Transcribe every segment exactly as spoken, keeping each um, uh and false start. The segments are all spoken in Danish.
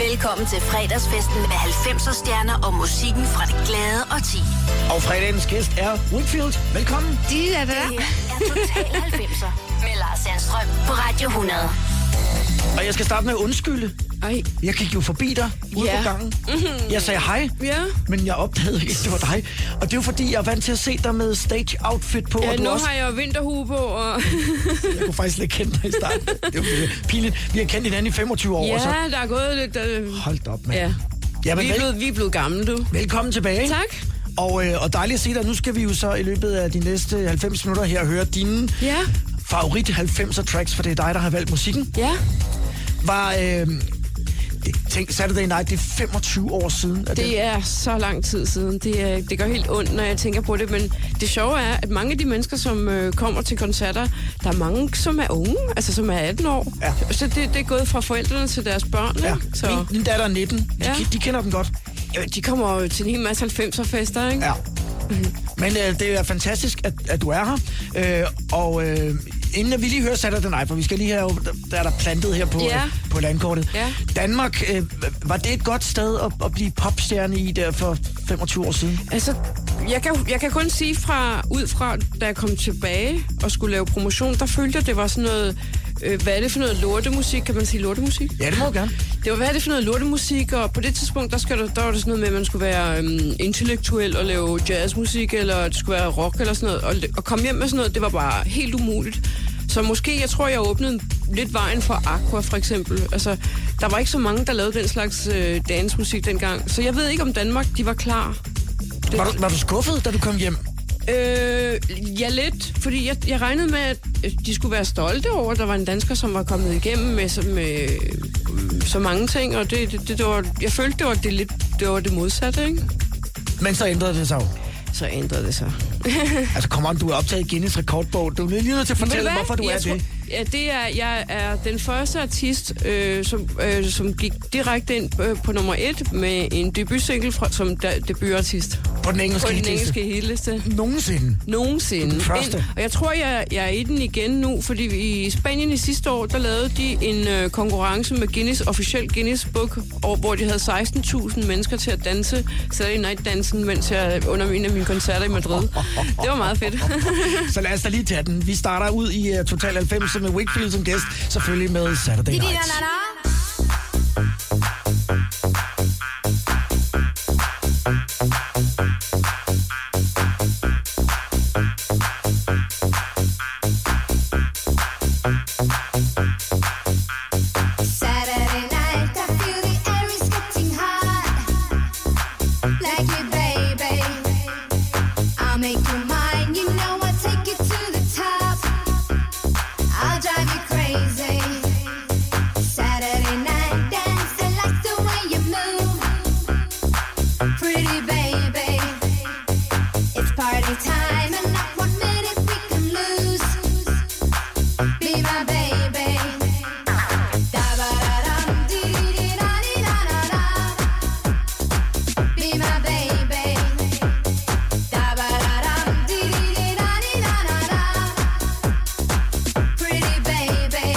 Velkommen til fredagsfesten med halvfemser stjerner og musikken fra det glade årti. Og fredagens gæst er Whitfield. Velkommen. De er der. Det her er Total halvfemser med Lars Sandstrøm på Radio hundrede. Og jeg skal starte med at undskylde. Ej. Jeg gik jo forbi dig ude Ja. på gangen. Mm-hmm. Jeg sagde hej, Ja. men jeg opdagede ikke, at det var dig. Og det er jo fordi, jeg er vant til at se dig med stage outfit på. Ja, og du nu også... har jeg jo vinterhue på, og... Jeg kunne faktisk ikke kende dig i starten. Det var pinligt. Vi har kendt hinanden i femogtyve år. Ja, så... der er gået lidt... Øh... Hold da op, mand. Ja. Jamen, Vi er, vel... blevet, vi er blevet gamle, du. Velkommen tilbage. Tak. Og, øh, og dejligt at se dig. Nu skal vi jo så i løbet af de næste halvfems minutter her høre dine Ja. favorit halvfemser tracks, for det er dig, der har valgt musikken. Ja. Var... Øh... Det, tænk, Saturday Night, det er femogtyve år siden. At Det er så lang tid siden. Det, er, det gør helt ondt, når jeg tænker på det. Men det sjove er, at mange af de mennesker, som øh, kommer til koncerter, der er mange, som er unge, altså som er atten år. Ja. Så det, det er gået fra forældrene til deres børn. Ja. Ikke? Så, Min, min datter er nitten. De, Ja. de kender den godt. ja, de kommer jo til en hel masse halvfemser-fester, ikke? Ja. Men øh, det er fantastisk, at, at du er her. Øh, og øh, inden vi lige hører Saturday Night, for vi skal lige have, der er der plantet her på, Ja. øh, på landkortet. Ja. Danmark, øh, var det et godt sted at, at blive popstjerne i der for femogtyve år siden? Altså, jeg kan, jeg kan kun sige fra, ud fra, da jeg kom tilbage og skulle lave promotion, der følte jeg, det var sådan noget, øh, hvad er det for noget lortemusik? Kan man sige lortemusik? Ja, det må jeg gerne. Det var, hvad er det for noget lortemusik? Og på det tidspunkt, der, skal der, der var det sådan noget med, at man skulle være øhm, intellektuel og lave jazzmusik, eller det skulle være rock eller sådan noget. Og, og komme hjem med sådan noget, det var bare helt umuligt. Så måske, jeg tror, jeg åbnede lidt vejen for Aqua, for eksempel. Altså, der var ikke så mange, der lavede den slags øh, dancemusik dengang. Så jeg ved ikke, om Danmark, de var klar. Det, Var du, var du skuffet, da du kom hjem? Øh, ja, lidt. Fordi jeg, jeg regnede med, at de skulle være stolte over, at der var en dansker, som var kommet igennem med, så, med så mange ting. Og det, det, det, det var, jeg følte, det var det, lidt, det var det modsatte, ikke? Men så ændrede det sig jo. Så ændrede det sig. Altså, kom on, du er optaget i Guinness rekordbog. Du er lige nødt til at fortælle, Ved hvorfor du jeg er tror, det. Ja, det er, jeg er den første artist, øh, som, øh, som gik direkte ind øh, på nummer et med en debutsingle fra, som da, debutartist. På den engelske På den hitliste. engelske hitliste. Nogensinde. Nogensinde. Den første. Ind, og jeg tror, jeg, jeg er i den igen nu, fordi i Spanien i sidste år, der lavede de en øh, konkurrence med Guinness, officiel Guinness Book, og, hvor de havde seksten tusind mennesker til at danse Saturday Night-dansen, mens jeg under en af mine koncerter i Madrid. Det var meget fedt. Så lad os da lige tage den. Vi starter ud i uh, Total halvfems med Whitfield som gæst, selvfølgelig med Saturday Night. Saturday night, I feel the air is getting hot. Like me, baby, I'll make you mine. You know I'll take you to the top. I'll drive you crazy. Saturday night dance, I like the way you move. Pretty baby, it's party time and not one minute we can lose. Be my baby. Be my baby. Pretty baby.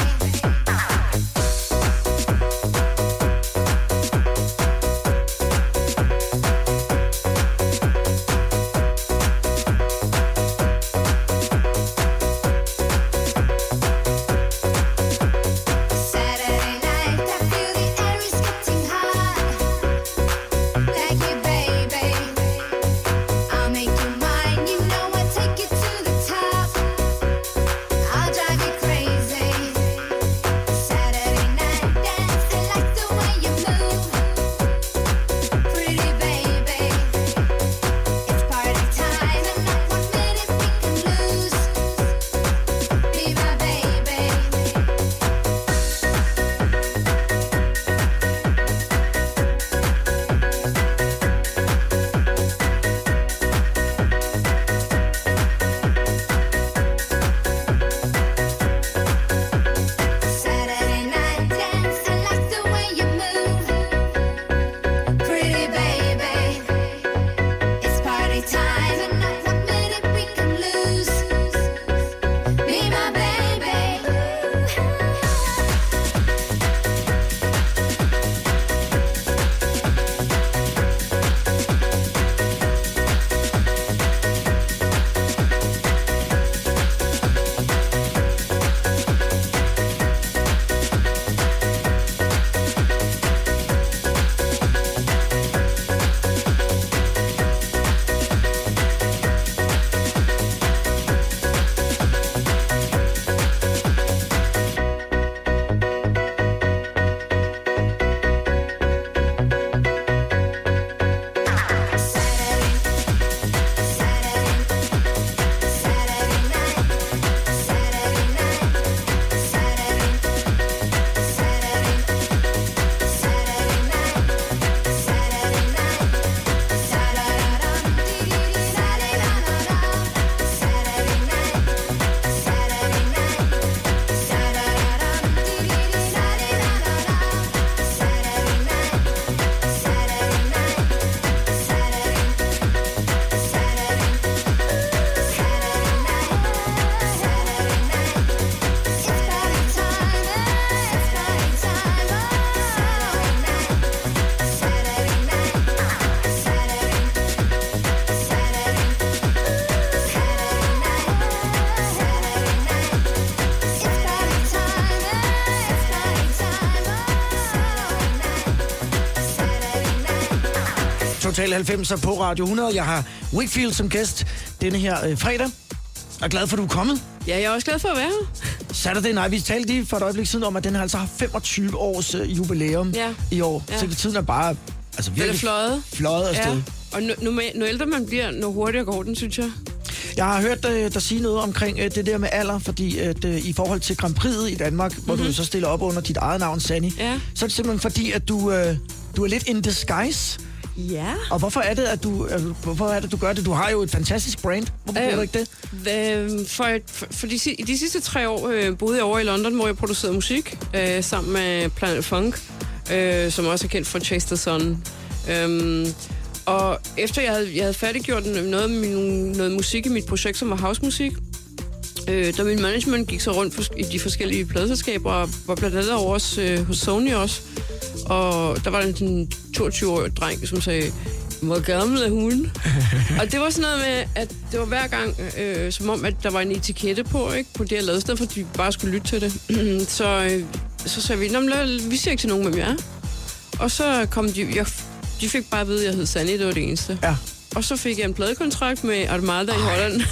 Total halvfemser på Radio hundrede. Jeg har Whitfield som gæst denne her øh, fredag. Jeg er glad for, at du er kommet. Ja, jeg er også glad for at være her. Saturday Night, vi talte lige for et øjeblik siden om, at den har altså haft femogtyve års øh, jubilæum Ja. i år. Ja. Så tiden er bare altså, Den er virkelig fløjet. fløjet afsted. Ja. Og nu, nu, nu ældre man bliver, nu hurtigere går den, synes jeg. Jeg har hørt øh, dig sige noget omkring øh, det der med alder, fordi at, øh, i forhold til Grand Prix'et i Danmark, mm-hmm. hvor du så stiller op under dit eget navn, Sanni, Ja. så er det simpelthen fordi, at du, øh, du er lidt in disguise. Ja. Og hvorfor er det, at du, øh, hvorfor er det, du gør det? Du har jo et fantastisk brand. Hvorfor øh, gør du ikke det? Øh, for, for, for de, si- de sidste tre år øh, boede jeg over i London, hvor jeg producerede musik øh, sammen med Planet Funk, øh, som også er kendt fra Chase the Sun. Øhm, og efter jeg havde, jeg havde færdiggjort noget, min, noget musik i mit projekt, som var housemusik, øh, da min management gik så rundt for, i de forskellige pladeselskaber, og var blandt andet over os, øh, hos Sony også. Og der var en sådan toogtyve-årig dreng, som sagde, hvor gammel er hun? Og det var sådan noget med, at det var hver gang, øh, som om, at der var en etikette på, ikke? På det, jeg lavede, i stedet for, at de bare skulle lytte til det. så, øh, så sagde vi, nå, vi siger ikke til nogen, hvem jeg er. Og så kom de, jeg, de fik bare at vide, at jeg hed Sanni, det var det eneste. Ja. Og så fik jeg en pladekontrakt med Armada i Holland.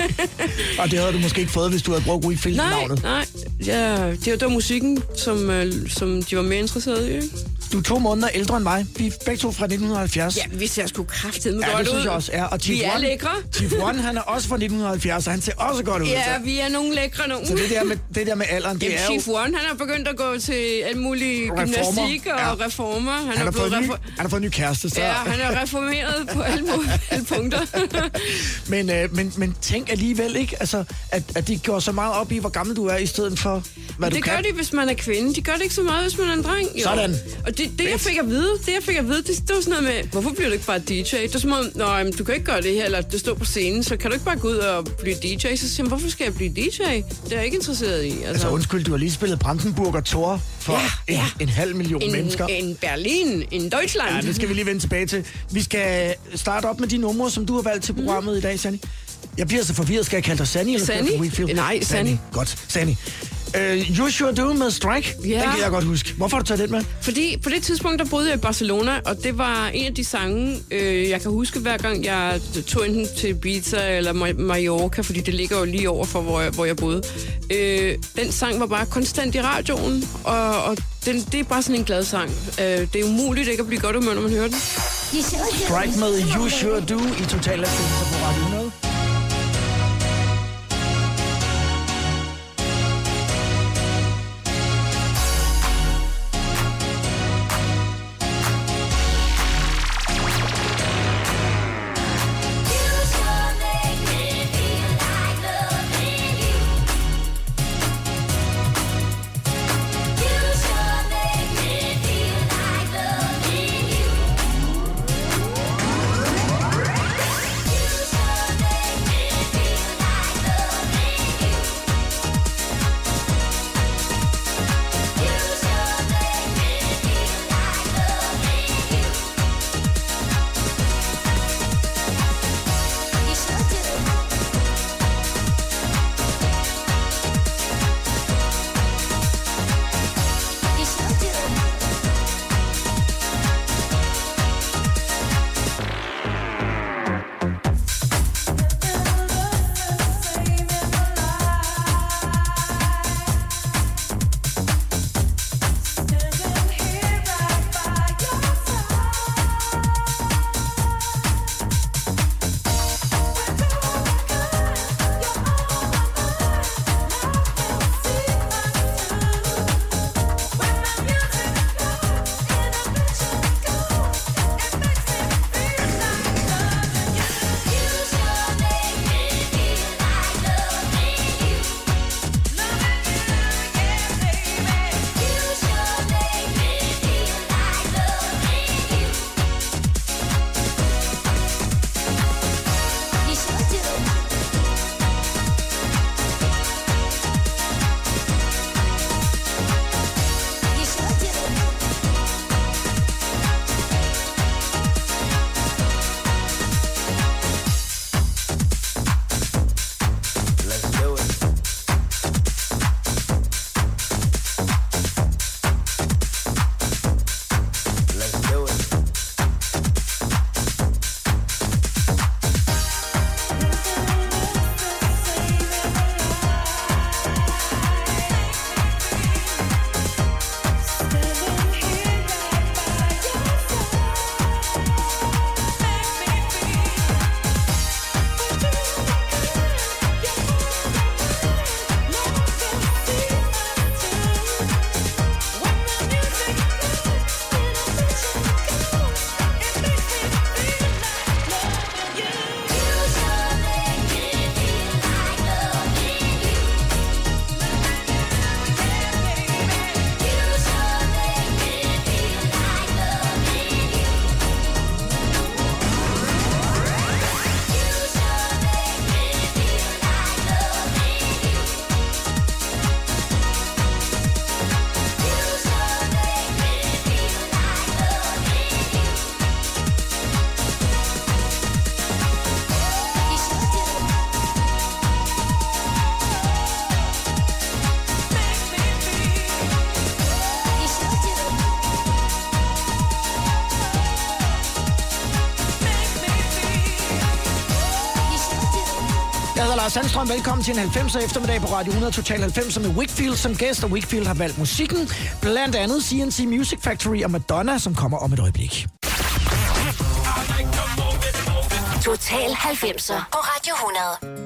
Og det havde du måske ikke fået, hvis du havde brugt Whitfield-navnet. Nej, nej. Ja, det, var, det var musikken, som, øh, som de var mere interesserede i, ikke? Du er to måneder ældre end mig. Vi er begge to fra nitten halvfjerds. Ja, vi ser sgu kraftedeme Ja, godt det ud. synes jeg også. Ja, og Vi er One, lækre. Chief One, han er også fra nitten halvfjerds, og han ser også godt ud. Ja, så. vi er nogle lækre nogen. Så det der med, det der med alderen, det Jamen, er jo... Chief One, han er begyndt at gå til alle mulige Reformer. gymnastik og Ja. reformer. Han, Han har, er fået blevet en ny, refor- han har fået en ny kæreste, så... Ja, han er reformeret på alle, mu- alle punkter. men, øh, men, men tænk alligevel ikke, altså, at, at de går så meget op i, hvor gammel du er, i stedet for, hvad Det du gør kan. de, hvis man er kvinde. De gør det ikke så meget, hvis man er en dreng. Jo. Sådan. Og det, det jeg fik at vide, det jeg fik at vide, det, det var sådan noget med, hvorfor bliver du ikke bare D J? Det er som om, nå, jamen, du kan ikke gøre det her, eller det står på scenen, så kan du ikke bare gå ud og blive D J? Så siger jeg, hvorfor skal jeg blive D J? Det er jeg ikke interesseret i. Altså, Altså undskyld, du har lige spillet Brandenburger Tor for Ja, en, ja. en halv million en, mennesker. en Berlin, en Deutschland. Ja, det skal vi lige vende tilbage til. Vi skal starte op med de numre, som du har valgt til programmet mm. i dag, Sanni. Jeg bliver så forvirret. Skal jeg kalde dig Sanni? Eller skal jeg Sanni? kalde dig Whitfield? Nej, Sanni. Godt, Sanni. Uh, you Sure Do med Strike. Ja. Den kan jeg godt huske. Hvorfor har du taget den med? Fordi på det tidspunkt, der boede jeg i Barcelona, og det var en af de sange, øh, jeg kan huske hver gang, jeg tog enten til Ibiza eller Mallorca, fordi det ligger jo lige over for, hvor jeg, hvor jeg boede. Øh, den sang var bare konstant i radioen, og, og den, det er bare sådan en glad sang. Øh, det er umuligt ikke at blive godt humør, når man hører den. Strike med You Sure Do i Total halvfemser på Radio hundrede. You Lars Sandstrøm, velkommen til en halvfemser eftermiddag på Radio hundrede Total halvfemser med Wakefield som gæst, og Wakefield har valgt musikken, blandt andet C and C Music Factory og Madonna, som kommer om et øjeblik. Total halvfemser på Radio hundrede.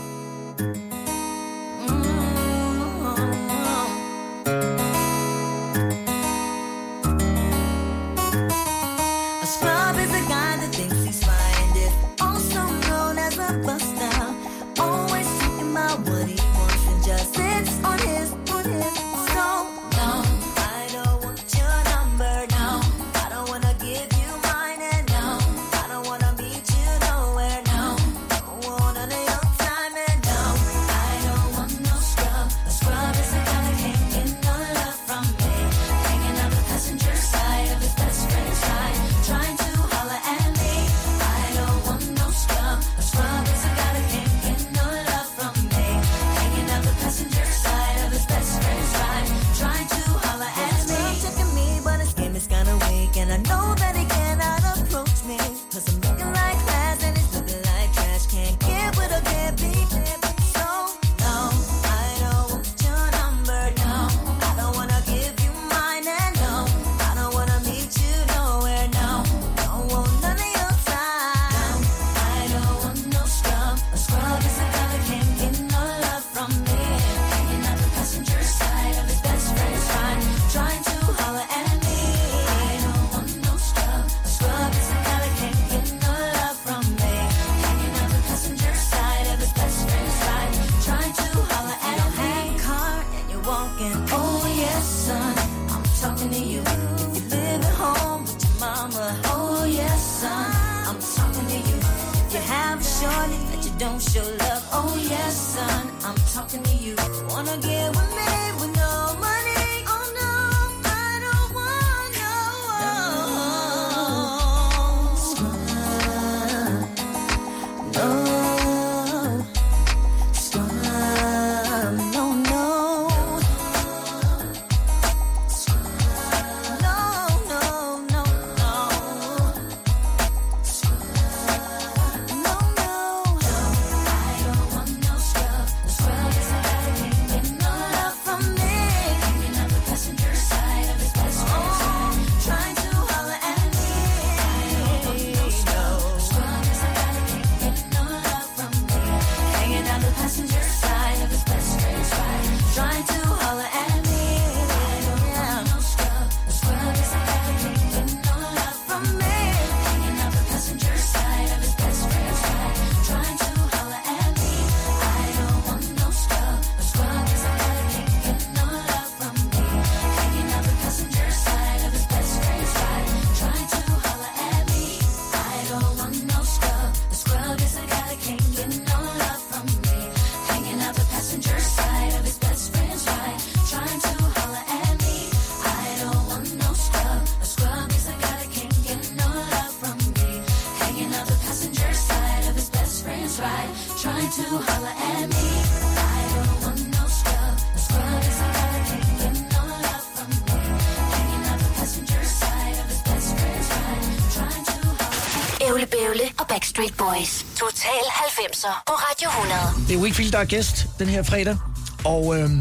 Backstreet Boys. Total halvfemser på Radio hundrede. Det er Wakefield, der er gæst den her fredag. Og øhm,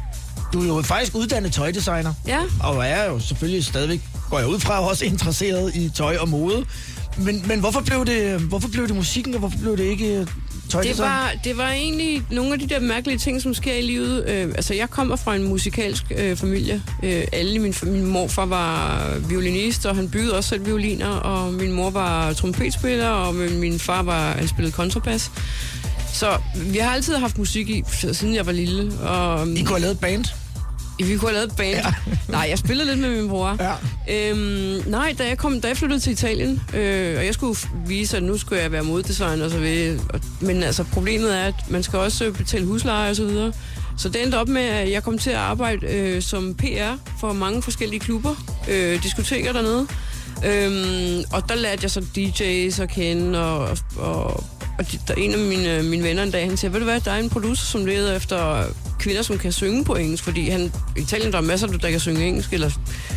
du er jo faktisk uddannet tøjdesigner. Ja. Og er jo selvfølgelig stadigvæk, går jeg ud fra, også interesseret i tøj og mode. Men, men hvorfor, blev det, hvorfor blev det musikken, og hvorfor blev det ikke tøjdesign? Det var, det var egentlig nogle af de der mærkelige ting, som sker i livet. Øh, altså, jeg kommer fra en musikalsk øh, familie. Øh, alle i min, min morfar var violinist, og han byggede også selv violiner. Og min mor var trompetspiller, og min, min far var, han spillede kontrabas. Så vi har altid haft musik i, siden jeg var lille. Og, I kunne have lavet band? Vi kunne have lavet band. Ja. Nej, jeg spillede lidt med min bror. Ja. Øhm, nej, da jeg, kom, da jeg flyttede til Italien, øh, og jeg skulle vise, at nu skulle jeg være modedesigner og så videre. Men altså, problemet er, at man skal også betale husleje og så videre. Så det endte op med, at jeg kom til at arbejde øh, som P R for mange forskellige klubber, øh, diskoteker dernede. Øhm, og der lærte jeg så D J's at kende, og, og, og de, der en af mine, mine venner en dag, han siger, ved du hvad, der er en producer, som leder efter kvinder, som kan synge på engelsk, fordi han, i Italien der er masser, der kan synge engelsk, eller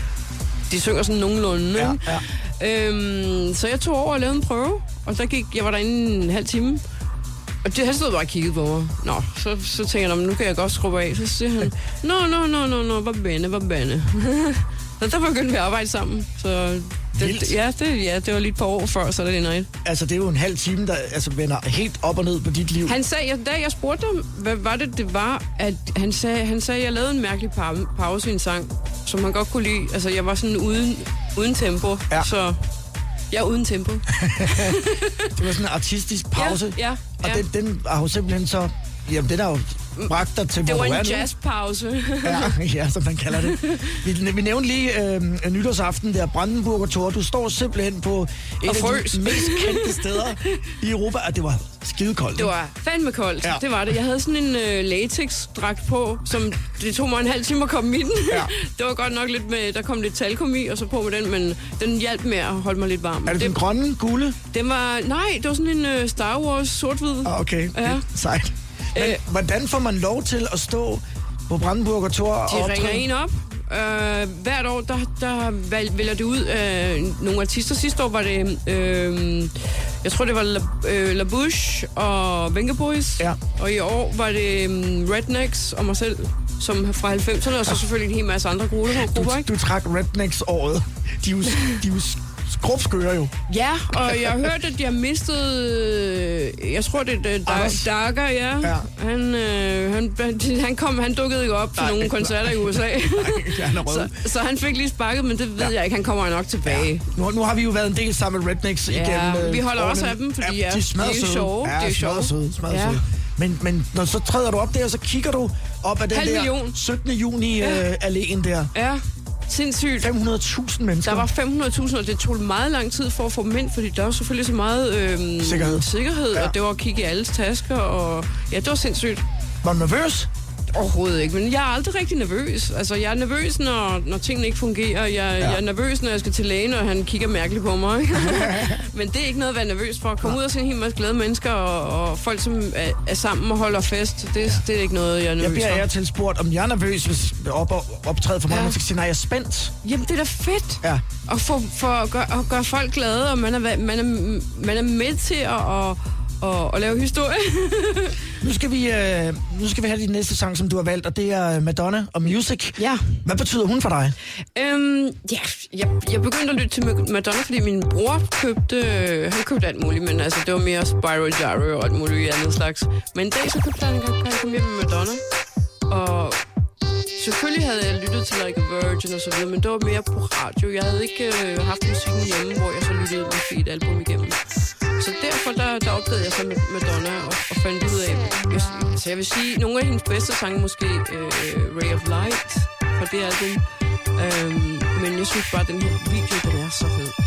de synger sådan nogenlunde. Ja, ja. Øhm, så jeg tog over og lavede en prøve, og der gik, jeg var derinde en halv time. Og det, han stod bare og kiggede på mig. Nå, så, så tænker jeg, nu kan jeg godt skrubbe af. Så siger han, nå, nå, nå, nå, nå, hvor bæne, hvor bæne. Så der begyndte vi at arbejde sammen. Så det, ja, det, ja, det var lige et par år før, så er det noget. Altså, det er jo en halv time, der altså, vender helt op og ned på dit liv. Han sagde, da jeg spurgte ham, hvad var det, det var, at han sagde, han sagde, at jeg lavede en mærkelig pause i en sang, som han godt kunne lide. Altså, jeg var sådan uden, uden tempo, ja. Så jeg er uden tempo. Det var sådan en artistisk pause. Ja, ja, og ja. Den, den har jo simpelthen så... Jamen, det der jo bragt dig til, hvor du er nu. Det var en jazzpause. ja, ja, som man kalder det. Vi, vi nævnte lige øh, nytårsaften der, Brandenburger Tor. Du står simpelthen på et af de mest kendte steder i Europa, og det var skidekoldt. Det var fandme koldt, ja. Det var det. Jeg havde sådan en øh, latex-dragt på, som det tog mig en halv time at komme i den. Ja. Det var godt nok lidt med, der kom lidt talkum i, og så på med den, men den hjalp med at holde mig lidt varm. Er det, det den grønne, gule? Den var, nej, det var sådan en øh, Star Wars sort-hvid. Ah, okay, ja. Sejt. Men øh, hvordan får man lov til at stå på Brandenburger Tor og de ringer en op. Øh, hvert år, der, der vælger det ud af nogle artister. Sidste år var det, øh, jeg tror det var La, øh, La Bouche og Venga Boys. Ja. Og i år var det um, Rednecks og mig selv, som fra halvfemserne, og så selvfølgelig en hel masse andre grupper. Du, du trak Rednecks-året. De er jo, de er jo skrubskøre jo. Ja, og jeg har hørt, at de har mistet... Jeg tror, det er Dagger, ja. ja. Han, øh, han, han, kom, han dukkede ikke op til nej, nogle koncerter i U S A. Nej, så, så han fik lige sparket, men det ved ja. jeg ikke. Han kommer nok tilbage. Ja. Nu, nu har vi jo været en del sammen med Rednecks ja, igennem... vi holder også af dem, fordi ja, de, de er jo sjove. Ja, de er sjove. Søde, ja. søde. Men, men når så træder du op der, så kigger du op ad den halv der million. syttende juni ja. øh, alléen der. Ja. Sindssygt. fem hundrede tusind mennesker. Der var fem hundrede tusind, og det tog meget lang tid for at få dem ind, fordi der var selvfølgelig så meget øhm, sikkerhed, sikkerhed ja. Og det var at kigge i alles tasker, og ja, det var sindssygt. Var du nervøs? Overhovedet ikke, men jeg er aldrig rigtig nervøs. Altså, jeg er nervøs, når, når tingene ikke fungerer. Jeg, ja. jeg er nervøs, når jeg skal til lægen, og han kigger mærkeligt på mig. Men det er ikke noget at være nervøs for. At komme ja. ud og se en hel masse glade mennesker, og, og folk, som er, er sammen og holder fest, det, ja. det er ikke noget, jeg er nervøs for. Jeg bliver af til spurgt, om jeg er nervøs, hvis jeg op, optræder for mig, ja. man skal sige, nej, jeg er spændt. Jamen, det er da fedt. Ja. Og for, for at, gøre, at gøre folk glade, og man er, man er, man er med til at... Og, Og, og lave historie. nu, skal vi, øh, nu skal vi have din næste sang, som du har valgt, og det er Madonna og Music. Ja. Hvad betyder hun for dig? Øhm, ja, jeg, jeg begyndte at lytte til Madonna, fordi min bror købte, han købte alt muligt, men altså, det var mere Spyro Gyro og alt muligt andet slags. Men en dag så købte han, han kom hjem med Madonna, og selvfølgelig havde jeg lyttet til Like a Virgin og så videre, men det var mere på radio. Jeg havde ikke øh, haft musikken hjemme, hvor jeg så lyttede måske et album igennem. Så derfor der, der opdagede jeg så med Madonna og, og fandt ud af, jeg, så jeg vil sige, nogle af hendes bedste sange måske øh, Ray of Light fra det album. Øhm, men jeg synes bare, at den her video, den er så fed.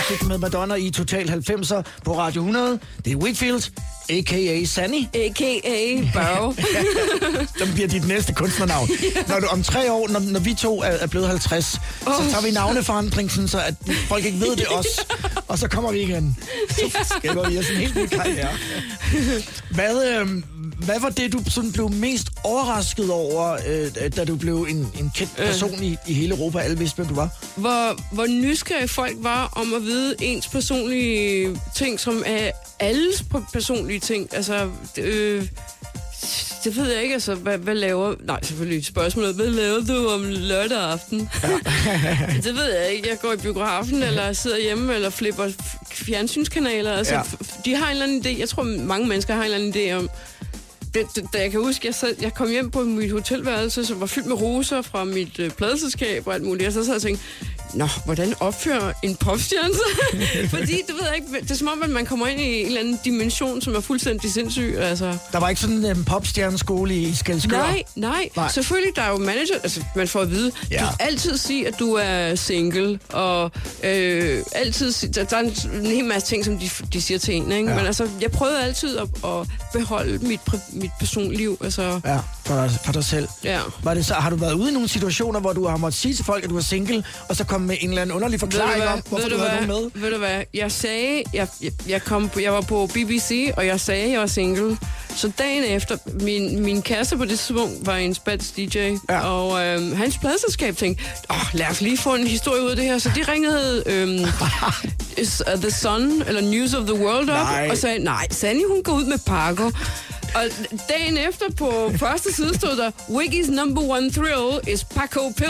Classic med Madonna i Total halvfemser på Radio hundrede. Det er Whitfield, a k a. Sanny. A K A. Burrow. Som bliver dit næste kunstnernavn. Yeah. Når du om tre år, når, når vi to er, er blevet halvtreds, oh. så tager vi navneforandring, sådan, så at folk ikke ved det også. Og så kommer vi igen. Så skaber vi os en helt ny karriere. Hvad, øh, hvad var det, du sådan blev mest overrasket over, øh, da du blev en, en kendt person i, i hele Europa? Alle vidste, hvem du var. Hvor, hvor nysgerrige folk var om at vide ens personlige ting, som er alles personlige ting. Altså, øh, det ved jeg ikke, altså, hvad, hvad laver... Nej, selvfølgelig spørgsmålet, hvad laver du om lørdag aften? Ja. Det ved jeg ikke. Jeg går i biografen, eller sidder hjemme, eller flipper fjernsynskanaler. Altså, ja. De har en eller anden idé. Jeg tror, mange mennesker har en eller anden idé om... Det, det, da jeg kan huske, jeg, sad, jeg kom hjem på mit hotelværelse, som var fyldt med roser fra mit øh, pladeselskab og alt muligt. Og så sad jeg og tænkte, nå, hvordan opfører en popstjerne sig? Fordi, du ved ikke, det er som om, at man kommer ind i en eller anden dimension, som er fuldstændig sindssyg. Altså. Der var ikke sådan en um, popstjerneskole i Skælskør? Nej, nej, nej. Selvfølgelig, der er jo manager, altså man får at vide, ja. Du altid sige, at du er single, og øh, altid, der, der er en, en hel masse ting, som de, de siger til en, ikke? Ja. Men altså, jeg prøvede altid at, at beholde mit, mit personlige liv. Altså. Ja, for dig, for dig selv. Ja. Var det så, har du været ude i nogle situationer, hvor du har måttet sige til folk, at du er single, og så komme med en eller anden underlig forklaring om, hvorfor du, du havde nogen med? Ved du hvad? Jeg sagde, jeg, jeg, jeg, kom, jeg var på B B C, og jeg sagde, at jeg var single. Så dagen efter, min, min kæreste på det tidspunkt var en spansk D J, ja. Og øhm, hans pladselskab tænkte, åh, lad os lige få en historie ud af det her. Så de ringede øhm, is, uh, The Sun, eller News of the World op, nej. Og sagde, nej, Sanny, hun går ud med Paco. Og dagen efter på første side stod der, Wiggy's number one thrill is Paco Pill.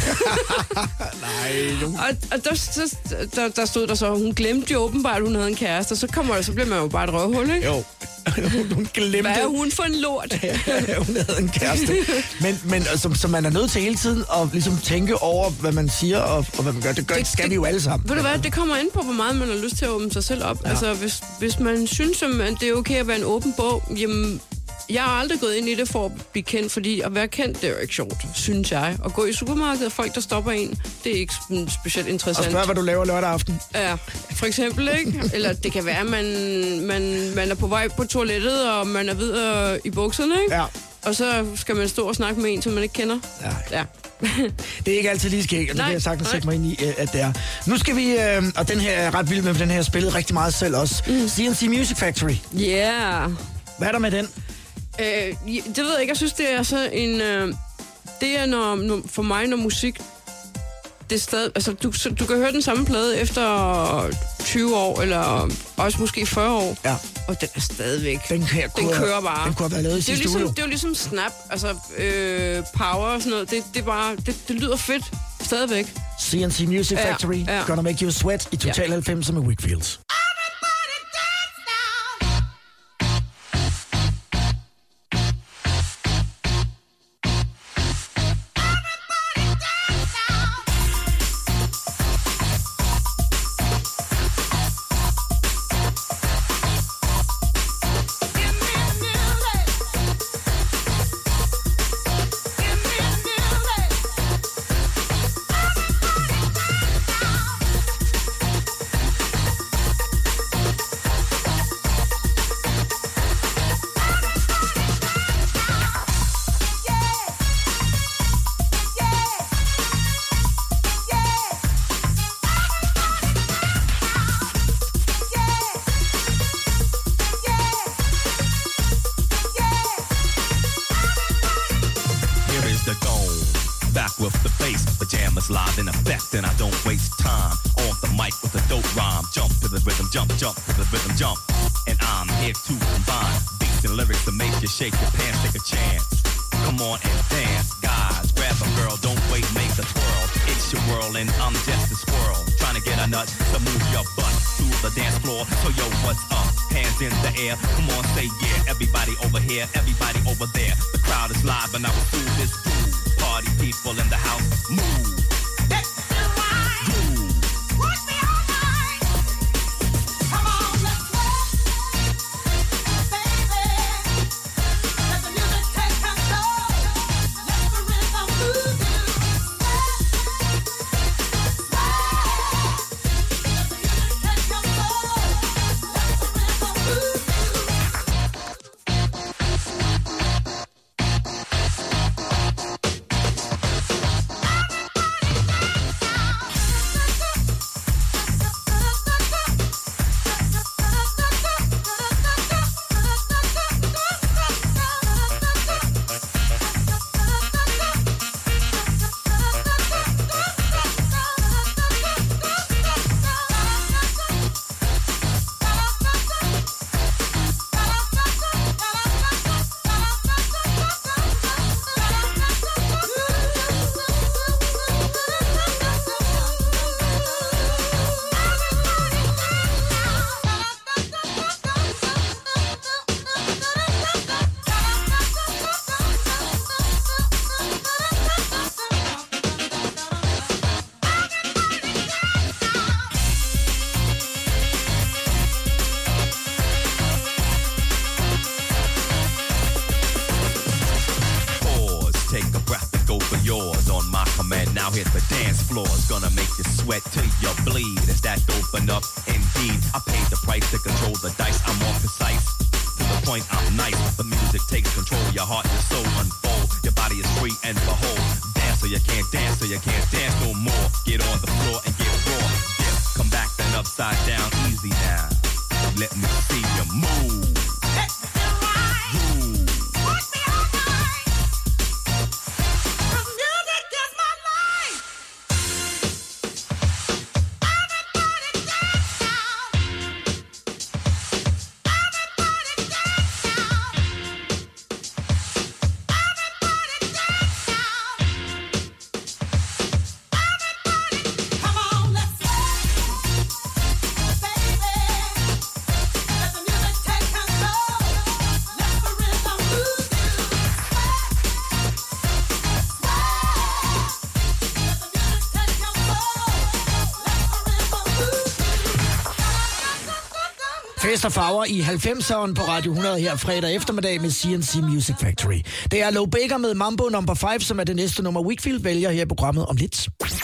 Nej. Og, og der, så, der, der stod der så, hun glemte jo åbenbart, at hun havde en kæreste, og så kommer der, så bliver man jo bare et røvhul, ikke? Jo. Hun glemte. Hvad er hun for en lort? Ja, hun havde en kæreste. Men, men altså, så man er nødt til hele tiden at ligesom tænke over, hvad man siger og, og hvad man gør. Det, gør, det skal det, vi jo alle sammen. Ved du hvad, det kommer ind på, hvor meget man har lyst til at åbne sig selv op. Ja. Altså, hvis, hvis man synes, at det er okay at være en åben bog, jamen, jeg har aldrig gået ind i det for at blive kendt, fordi at være kendt, det er jo ikke sjovt, synes jeg. At gå i supermarkedet og folk, der stopper en, det er ikke specielt interessant. Og spørg, hvad du laver lørdag aften. Ja, for eksempel, ikke? Eller det kan være, at man, man, man er på vej på toilettet, og man er videre i bukserne, ikke? Ja. Og så skal man stå og snakke med en, som man ikke kender. Ja. Ja. Det er ikke altid lige skægt, og det kan jeg sagtens sætte mig ind i, at det er. Nu skal vi, øh, og den her er ret vild med, den her spillet rigtig meget selv også. Mm. C N C Music Factory. Yeah. Hvad er der med den? Øh, det ved jeg ikke. Jeg synes, det er så en... Øh, det er når, når, for mig, når musik... Det er stadig, altså, du, du kan høre den samme plade efter tyve år, eller også måske fyrre år. Ja. Og den er stadigvæk... Den, her den kunne, kører bare. Den kunne have været lavet i sidste ligesom, uge. Det er jo ligesom Snap, altså øh, Power og sådan noget. Det, det, er bare, det, det lyder fedt stadigvæk. C N C Music Factory, ja, ja. Gonna Make You Sweat i Total ja. halvfems med Whitfield. With the bass, pajamas live in effect, and I don't waste time on the mic with a dope rhyme. Jump to the rhythm, jump, jump to the rhythm, jump. And I'm here to combine beats and lyrics to make you shake your pants, take a chance. Come on and dance, guys. Grab a girl, don't wait, make a twirl. It's your world, and I'm just a squirrel trying to get a nut to move your butt to the dance floor. So yo, what's up? Hands in the air, come on, say yeah. Everybody over here, everybody over there. The crowd is live, and I will do this groove. Party people in the house, move. Let's do right. Move. Put me all night. Come on, let's work, baby. Let the music take control. Let the rhythm move you. Sweat, sweat. Let the music Now hit the dance floor. It's gonna make you sweat till you bleed. Is that open up? Indeed. I paid the price to control the dice. I'm more precise. To the point, I'm nice. The music takes control. Your heart and soul unfold. Your body is free and behold. Dance so you can't dance, so you can't dance no more. Get on the floor and get raw. Dip, come back then upside down. Easy now. Let me see you move. Let me feel right. Move. Put me all night. The music is my life. Everybody dance now. Everybody dance now. Everybody dance now. Everybody, come on, let's go, baby. Let the music take control. Let the rhythm move you. Fest og farver i halvfemserne på Radio hundrede her fredag eftermiddag med C and C Music Factory. Det er Low Baker med Mambo number fem, som er det næste nummer Wakefield vælger her i programmet om lidt.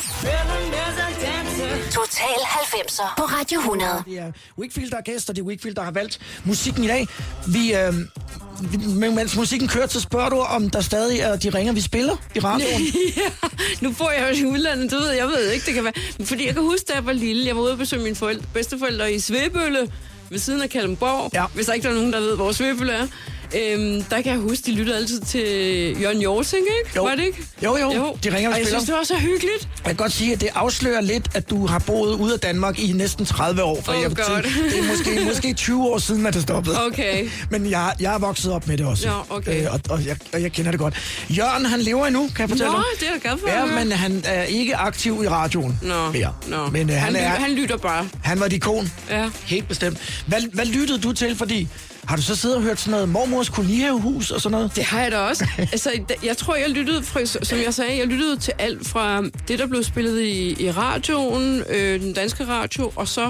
Total halvfemser på Radio hundrede. Det er Wakefield, der er gæst, og det er Wakefield, der har valgt musikken i dag. Vi, øh, vi- mens musikken kører, så spørger du, om der stadig er de ringer, vi spiller i radioen. Ja, nu bor jeg jo i udlandet, det ved jeg, jeg ved ikke, det kan være. Fordi jeg kan huske, da jeg var lille, jeg var ude og besøge mine forældre, bedsteforældre i Svebølle, ved siden af Kalundborg, Ja. hvis der ikke er nogen, der ved, hvor Svebølle er. Øhm, der kan jeg huske, de lyttede altid til Jørgen Jorting, ikke? Jo. Var det ikke? Jo, jo, de ringer, vi og jeg spiller. synes, det var så hyggeligt. Jeg kan godt sige, at det afslører lidt, at du har boet ude af Danmark i næsten tredive år. For Oh jeg vil God. sige, det er måske, måske tyve år siden, at det stoppede. Okay. Men jeg, jeg er vokset op med det også. Ja, okay. Øh, og, og, jeg, og jeg kender det godt. Jørgen, han lever endnu, kan jeg fortælle Nå, dig. det er jeg glad for. Ja, at høre. men han er ikke aktiv i radioen Nå, mere. nå. Men øh, han, han, er, lytter, han lytter bare. han var et ikon. Ja. Helt bestemt. Hvad, hvad lyttede du til? Fordi har du så siddet og hørt sådan noget mormors kolonihavehus og sådan noget? Det har jeg da også. Altså, jeg tror, jeg lyttede, fra, som jeg sagde, jeg lyttede til alt fra det, der blev spillet i, i radioen, øh, den danske radio, og så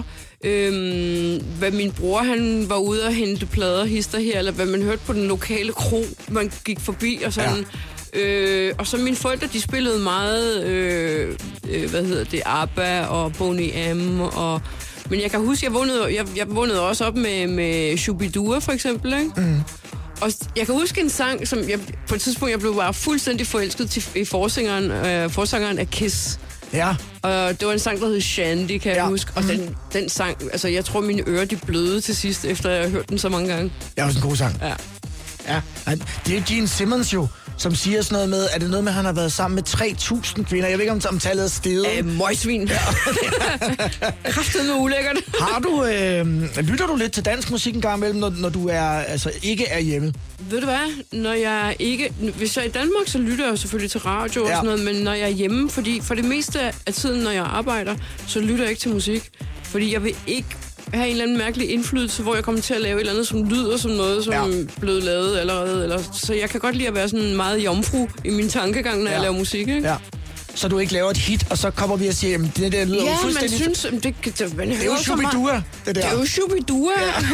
øh, hvad min bror, han var ude og hente plader, hister her, eller hvad man hørte på den lokale kro, man gik forbi og sådan. Ja. Øh, og så mine forældre, de spillede meget, øh, øh, hvad hedder det, ABBA og Boney M. Og, men jeg kan huske, jeg vågnede, jeg, jeg vågnede også op med, med Shubidua for eksempel, ikke? Mm. Og jeg kan huske en sang, som jeg, på et tidspunkt, jeg blev bare fuldstændig forelsket til, i forsangeren, øh, forsangeren af Kiss. Ja. Og det var en sang, der hed Shandy, kan jeg Ja. huske. Og mm. den, den sang, altså jeg tror, mine ører, de bløde til sidst, efter jeg har hørt den så mange gange. Det er også en god sang. Ja. Ja. Han- Det er jo Gene Simmons jo, som siger sådan noget med, er det noget med, at han har været sammen med tre tusind kvinder? Jeg ved ikke, om, om tallet er steget. Øh, møgsvin. Ja. Kraftet med ulækkert. Har du, øh, lytter du lidt til dansk musik en gang imellem, når, når du er, altså, ikke er hjemme? Ved du hvad? Når jeg ikke... Hvis jeg er i Danmark, så lytter jeg selvfølgelig til radio og Ja. sådan noget, men når jeg er hjemme, fordi for det meste af tiden, når jeg arbejder, så lytter jeg ikke til musik. Fordi jeg vil ikke have en eller anden mærkelig indflydelse, hvor jeg kommer til at lave et eller andet, som lyder som noget, som Ja. er blevet lavet allerede. Eller, så jeg kan godt lide at være sådan meget jomfru i min tankegang, når Ja. jeg laver musik, ikke? Ja. Så du ikke laver et hit, og så kommer vi og siger, jamen det der lyder jo Ja, man fuldstændig... synes, det, det, man det er jo Shubidua, det der. Det er jo Shubidua. Ja.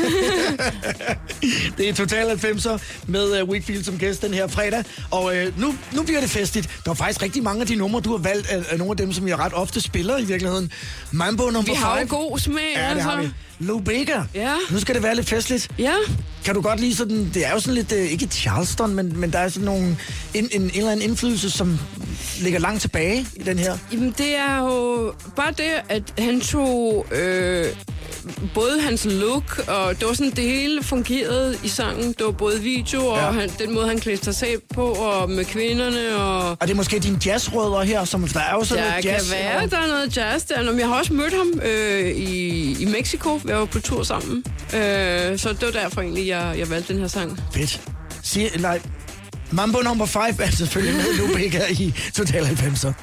Det er Total halvfemser med uh, Wakefield som gæst den her fredag. Og uh, nu, nu bliver det festligt. Der er faktisk rigtig mange af de numre, du har valgt, af, af nogle af dem, som jeg ret ofte spiller i virkeligheden. Mambo nummer Vi har jo fem. god smag, Ja, det altså. har vi. Lou Baker. Ja. Nu skal det være lidt festligt. Ja. Kan du godt lide sådan, det er jo sådan lidt, øh, ikke Charleston, men, men der er sådan nogle, en, en, en eller anden indflydelse, som ligger langt tilbage i den her. Jamen, det er jo bare det, at han tog øh, både hans look, og det var sådan, det hele fungerede i sangen. Det var både video, og Ja. han, den måde, han klædte sig af på, og med kvinderne, og... Og det er måske dine jazzrødder her, som der er jo sådan Der noget kan jazz. være, der er noget jazz der. Nå, men jeg har også mødt ham øh, i, i Mexico. Vi var på tur sammen. Øh, så det var derfor egentlig, jeg, jeg valgte den her sang. Fedt. Sig, nej. Mambo number fem er selvfølgelig med Lou Baker i Total halvfemser.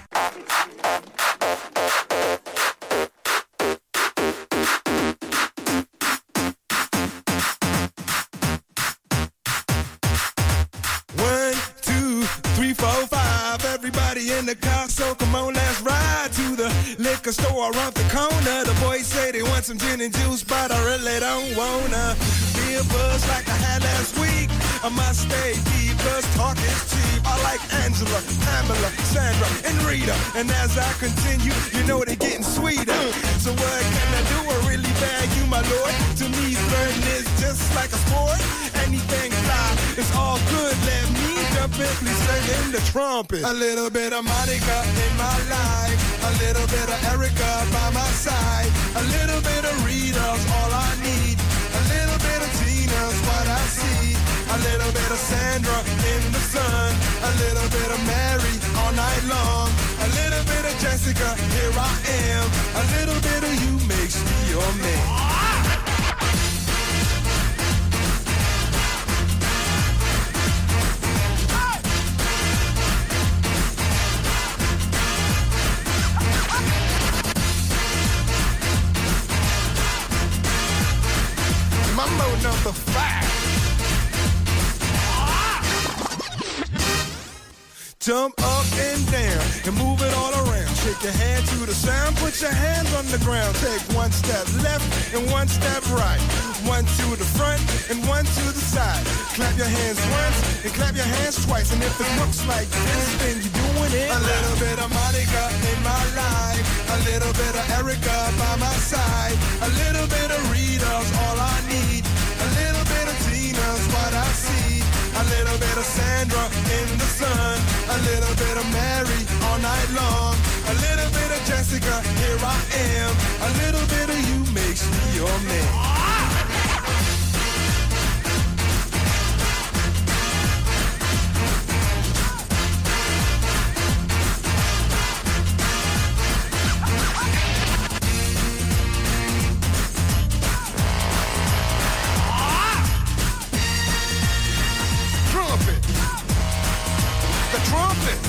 One, two, three, four, five. Everybody in the car, so come on, let's ride to the liquor store around the corner. The boys say they want some gin and juice, but I really don't wanna be me a buzz like I had last week. I must stay deep, cause talk is cheap. I like Angela, Pamela, Sandra, and Rita. And as I continue, you know they're getting sweeter. So what can I do? I really bag you, my lord. To me, flirting is just like a sport. Anything fly, it's all good. Let me jump in, please sing in the trumpet. A little bit of Monica in my life. A little bit of Erica by my side. A little bit of Rita's all I need. A little bit of Tina's what I see. A little bit of Sandra in the sun. A little bit of Mary all night long. A little bit of Jessica, here I am. A little bit of you makes me your man. Mambo number five. Jump up and down and move it all around. Shake your hand to the sound, put your hands on the ground. Take one step left and one step right. One to the front and one to the side. Clap your hands once and clap your hands twice. And if it looks like this, then you're doing it. A little bit of Monica in my life. A little bit of Erica by my side. A little bit of Rita's all I need. A little bit of Tina's what I see. A little bit of Sandra in the sun. A little bit of Mary all night long. A little bit of Jessica, here I am. A little bit of you makes me your man. Trumpet. The trumpet.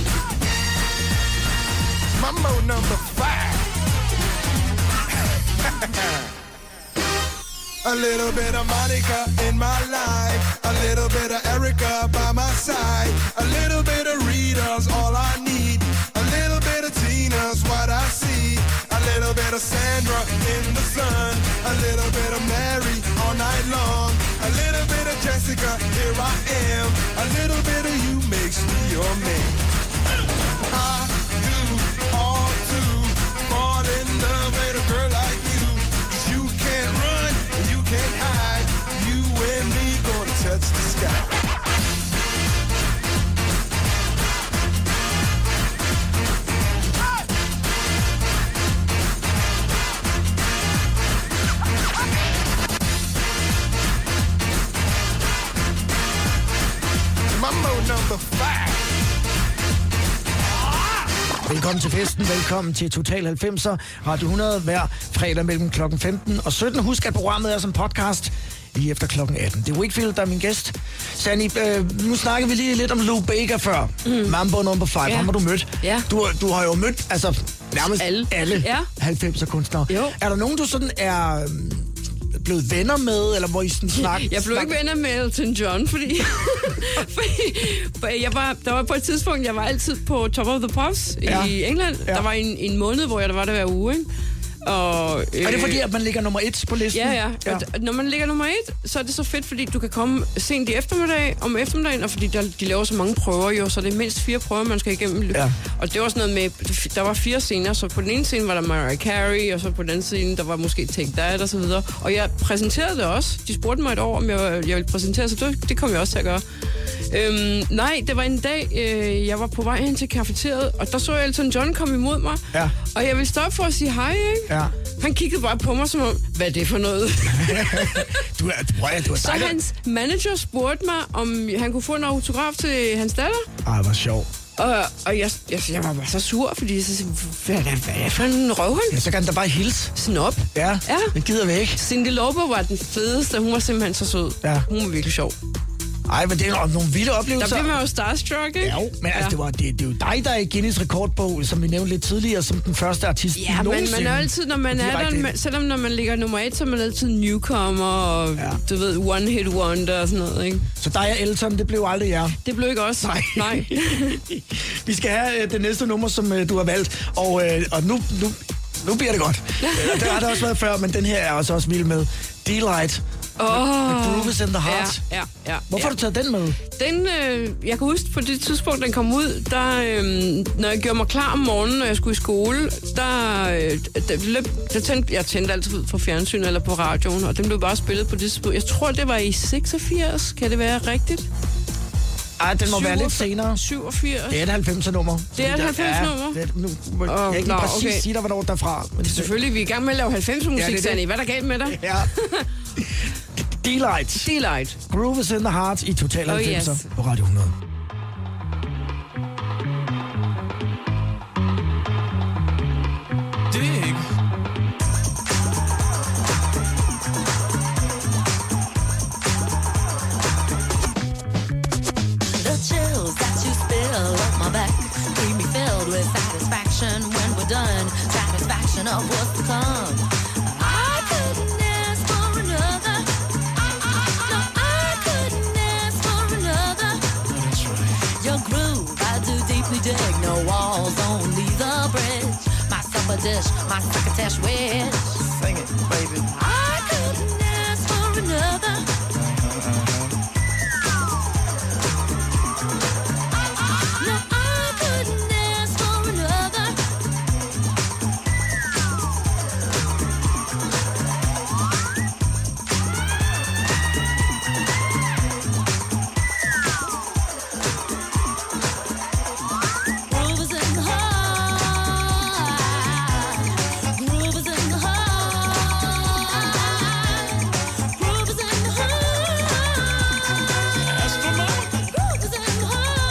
Mambo number five. A little bit of Monica in my life. A little bit of Erica by my side. A little bit of Rita's all I need. A little bit of Tina's what I see. A little bit of Sandra in the sun. A little bit of Mary all night long. A little bit of Jessica, here I am. A little bit of you makes me your man. I do all to fall in love with a girl like you. 'Cause you can't run and you can't hide. You and me gonna touch the sky. Mambo number five. Velkommen til festen, velkommen til Total halvfemser, Radio hundrede, hver fredag mellem klokken femten og sytten. Husk, at programmet er som podcast lige efter klokken atten. Det er Wakefield, der er min gæst. Sandy, øh, nu snakker vi lige lidt om Lou Bega før. Mm. Mambo number five, ja. Ham har du mødt. Ja. Du, du har jo mødt altså, nærmest alle, alle. Ja. halvfemser kunstnere. Jo. Er der nogen, du sådan er øh, blevet venner med, eller hvor I sådan snakker? Jeg blev ikke venner med Elton John, fordi, fordi jeg var, der var på et tidspunkt, jeg var altid på Top of the Pops ja. i England. Ja. Der var en, en måned, hvor jeg der var der hver uge, ikke? Og, øh, er det fordi, at man ligger nummer et på listen? Ja, ja. ja. Og når man ligger nummer et, så er det så fedt, fordi du kan komme sent i eftermiddag, om eftermiddagen, og fordi der, de laver så mange prøver jo, så det er mindst fire prøver, man skal igennem. Ja. Og det var sådan noget med, der var fire scener, så på den ene scene var der Mariah Carey, og så på den anden scene, der var måske Take That og så videre. Og jeg præsenterede det også. De spurgte mig et år, om jeg, jeg ville præsentere, så det, det kom jeg også til at gøre. Øhm, nej, det var en dag, øh, jeg var på vej hen til cafeteriet, og der så jeg Elton John komme imod mig. Ja. Og jeg ville stoppe for at sige hej, ikke? Ja. Han kiggede bare på mig som om, hvad er det for noget? du er, du er, du er så hans manager spurgte mig, om han kunne få en autograf til hans datter. Ej, hvor sjov. Og, og jeg, jeg, jeg var bare så sur, fordi jeg sagde, hvad er det, hvad er det for en røvhul? Ja, så kan han da bare hilse. Snop. Ja, ja. Den gider vi ikke. Cyndi Lauper var den fedeste, hun var simpelthen så sød. Ja. Hun var virkelig sjov. Ej, men det er nogle vilde oplevelser. Der bliver man jo starstruck, ikke? Ja, men altså, ja. det, var, det, det er jo dig, der er i Guinness rekordbog, som vi nævnte lidt tidligere, som den første artist. Ja, men man er altid, når man er der, man, selvom når man ligger nummer et, så er man altid newcomer, og ja. du ved, one hit wonder og sådan noget, ikke? Så dig og Elton, det blev aldrig jer? Det blev ikke os. Nej. Nej. Vi skal have uh, det næste nummer, som uh, du har valgt, og, uh, og nu, nu, nu bliver det godt. Det har det også været før, men den her er også, også vild med. Delight Åh, Groove is in the heart. Ja, ja, ja. Hvorfor ja. har du taget den med? Den, øh, jeg kan huske, på det tidspunkt, den kom ud, der, øh, når jeg gjorde mig klar om morgenen, når jeg skulle i skole, der, øh, der, løb, der tændte, jeg tændte altid for fjernsyn eller på radioen, og den blev bare spillet på det tidspunkt. Jeg tror, det var i seksogfirs, kan det være rigtigt? Ej, den må være lidt senere. syvogfirs. Det er et halvfemser-nummer. Det er et halvfemser-nummer? Ja, det, nu må Åh, jeg ikke nå, præcis okay. sige dig, hvornår derfra. Men Selvfølgelig, vi er i gang med at lave halvfemser-musik, Ja, det er det. Sandy. Hvad er der galt med dig? Ja. Delight. Delight. Groove is in the heart i Total Oh, halvfemser yes. på Radio hundrede. Dig. The chills that you spill up my back leave me filled with satisfaction when we're done. Satisfaction of what's to come. I couldn't ask for another. No, I couldn't ask for another. Your groove, I do deeply dig. No walls, only the bridge. My supper dish, my crocketesh wish. Sing it, baby. I couldn't ask for another. No, I couldn't ask for another. Groove is in the heart. Groove is in the heart. Groove is in the heart. Astronomical. Groove is in the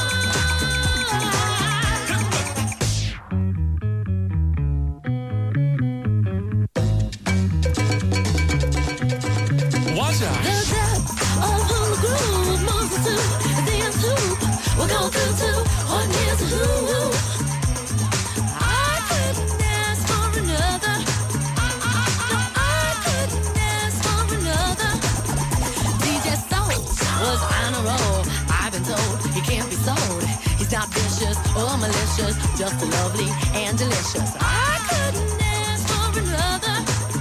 Watch out. The depth of who the groove moves to, the end hoop will go through to, on here's a who who. I couldn't ask for another. No, I couldn't ask for another. D J Soul was on a roll. I've been told he can't be sold. He's not vicious or malicious, just lovely and delicious. I couldn't ask for another.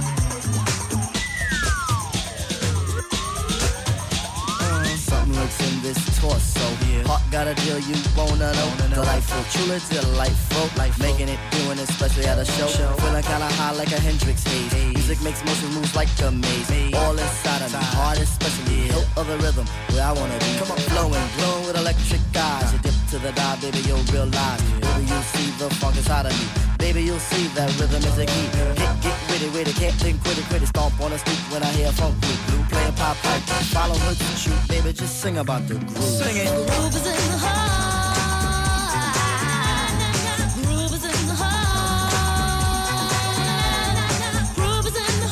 Something lurks in this torso. Heart got a deal you wanna know. Delightful, truly delightful. Life making it, doing it, especially at a show. Feeling kinda high like a Hendrix haze. Music makes motion moves like a maze. All inside of me, heart especially. Hilt of the rhythm, where I wanna be. Come on, flowing, glowing with electric eyes. You dip to the dive, baby, you'll realize. Baby, you'll see the funk inside of me. Baby, you'll see that rhythm is a key. Get, get with it, with it, can't think, quit it, quit it. Stomp on the street when I hear funk blue. Blue playing pop pipe, follow her to shoot. Baby, just sing about the groove. Sing it. Groove is in the heart. Groove is in the heart. Groove is in the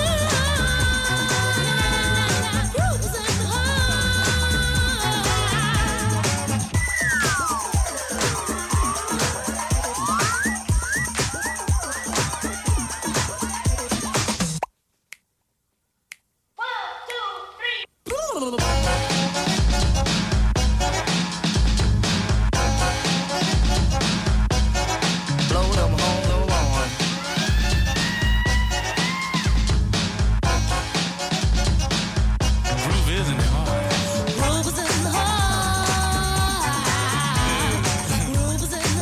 heart. Groove is in the Blow them home, blow on. Groove is in the heart. Groove is in the heart. Groove is in the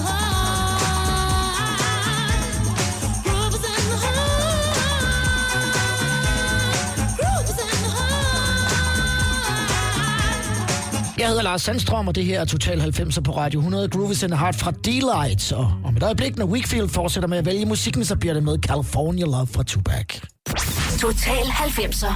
heart. Groove is in the heart. Groove is in the heart. Jeg hedder Lars Sandstrøm, og det her er Total halvfemser på Radio hundrede. Groove is in the heart fra Delight. Og om et øjeblik, når Wakefield fortsætter med at vælge musikken, så bliver det med California Love fra Tupac. Total halvfemser.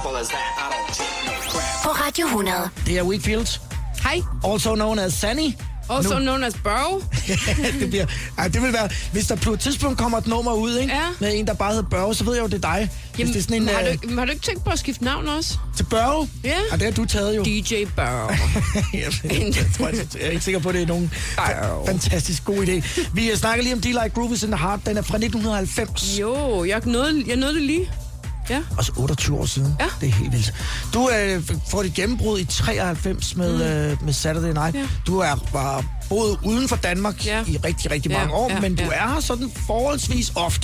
På Radio hundrede. Det er Wakefield, Hej. also known as Sunny. Also Nu- known as Burrow. det, bliver, ej, det vil være, hvis der på et tidspunkt kommer et nummer ud, ikke? Ja. Med en, der bare hedder Børge, så ved jeg jo, det er dig. Hvis Jamen, det er sådan en, har, du, øh, ikke- har du ikke tænkt på at skifte navn også? til Børge? Ja. Og det har du taget jo. D J Burrow. jeg, jeg, tror, jeg, jeg er ikke sikker på, at det er nogen Børge. fantastisk god idé. Vi snakker lige om Delight, Groove is in the Heart. Den er fra nitten halvfems. Jo, jeg nåede, jeg nåede det lige. Ja. Altså otteogtyve år siden. Ja. Det er helt vildt. Du øh, får dit gennembrud i treoghalvfems med, mm. øh, med Saturday Night. Ja. Du er bare boet uden for Danmark Ja. i rigtig, rigtig Ja, mange år, ja, men du ja. er her sådan forholdsvis ofte.